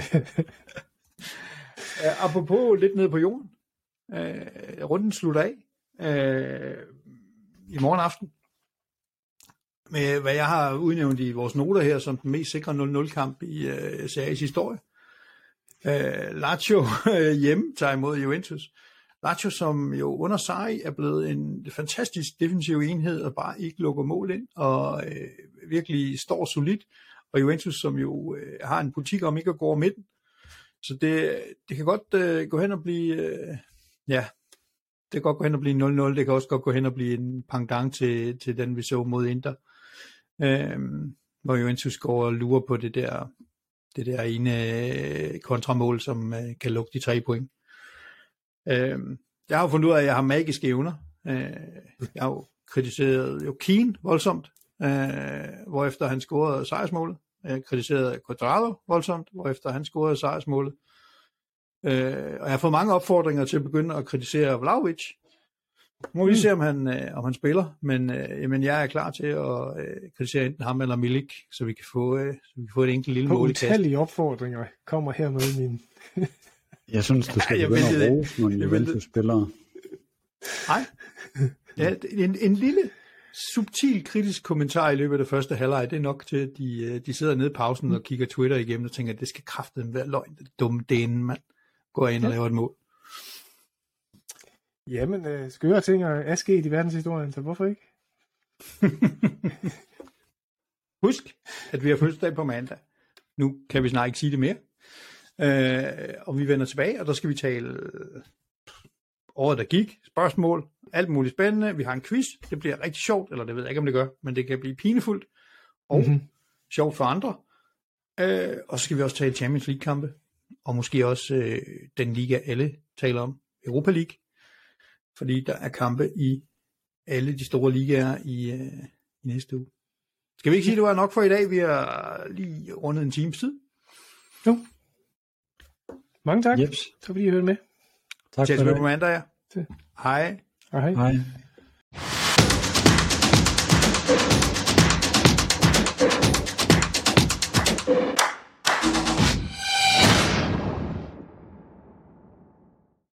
uh, apropos lidt ned på jorden. Uh, runden slutter af uh, i morgen aften. Med hvad jeg har udnævnt i vores noter her, som den mest sikre nul nul kamp i uh, seriens historie. Uh, Lazio uh, hjemme tager imod Juventus. Lazio, som jo under sig er blevet en fantastisk defensiv enhed, og bare ikke lukker mål ind, og uh, virkelig står solidt. Og Juventus, som jo øh, har en politik om ikke at gå over midten. Så det, det kan godt øh, gå hen og blive, øh, ja, det kan godt gå hen og blive nul nul. Det kan også godt gå hen og blive en pendant til, til den, vi så mod Inter. Øh, hvor Juventus går og lurer på det der, det der ene øh, kontramål, som øh, kan lukke de tre point. Øh, jeg har jo fundet ud af, at jeg har magiske evner. Øh, jeg har jo kritiseret jo Keane voldsomt. Uh, hvorefter han scorede sejrsmålet. Jeg kritiserede Quadrado voldsomt, hvorefter han scorede sejrsmålet. Uh, og jeg har fået mange opfordringer til at begynde at kritisere Vlahovic. Nu må vi mm. se, om han, uh, om han spiller, men uh, jamen, jeg er klar til at uh, kritisere enten ham eller Milik, så vi kan få, uh, så vi kan få et enkelt lille mål i kassen. Utallige opfordringer kommer her med min... Jeg synes, du skal ja, begynde at rose nogle Juventus-spillere. Nej. Ja, en, en lille... subtil kritisk kommentar i løbet af det første halvleg, det er nok til, at de, de sidder nede i pausen og kigger Twitter igennem og tænker, at det skal kraftedeme være løgn, det dumme dænen, mand. Går ind og laver et mål. Jamen, øh, skøre ting er sket i verdenshistorien, så hvorfor ikke? Husk, at vi har fødselsdag på mandag. Nu kan vi snart ikke sige det mere. Øh, og vi vender tilbage, og der skal vi tale året, der gik, spørgsmål, alt muligt spændende. Vi har en quiz. Det bliver rigtig sjovt, eller det ved jeg ikke, om det gør, men det kan blive pinefuldt og mm-hmm. sjovt for andre. Øh, og så skal vi også tale Champions League-kampe, og måske også øh, den liga, alle taler om, Europa League, fordi der er kampe i alle de store ligaer i, øh, i næste uge. Skal vi ikke sige, at det var nok for i dag? Vi har lige rundet en times tid. Jo. Mange tak. Yep. Så vil I høre med. Tak for det. På mandag, ja. Hej. Hej. Hej.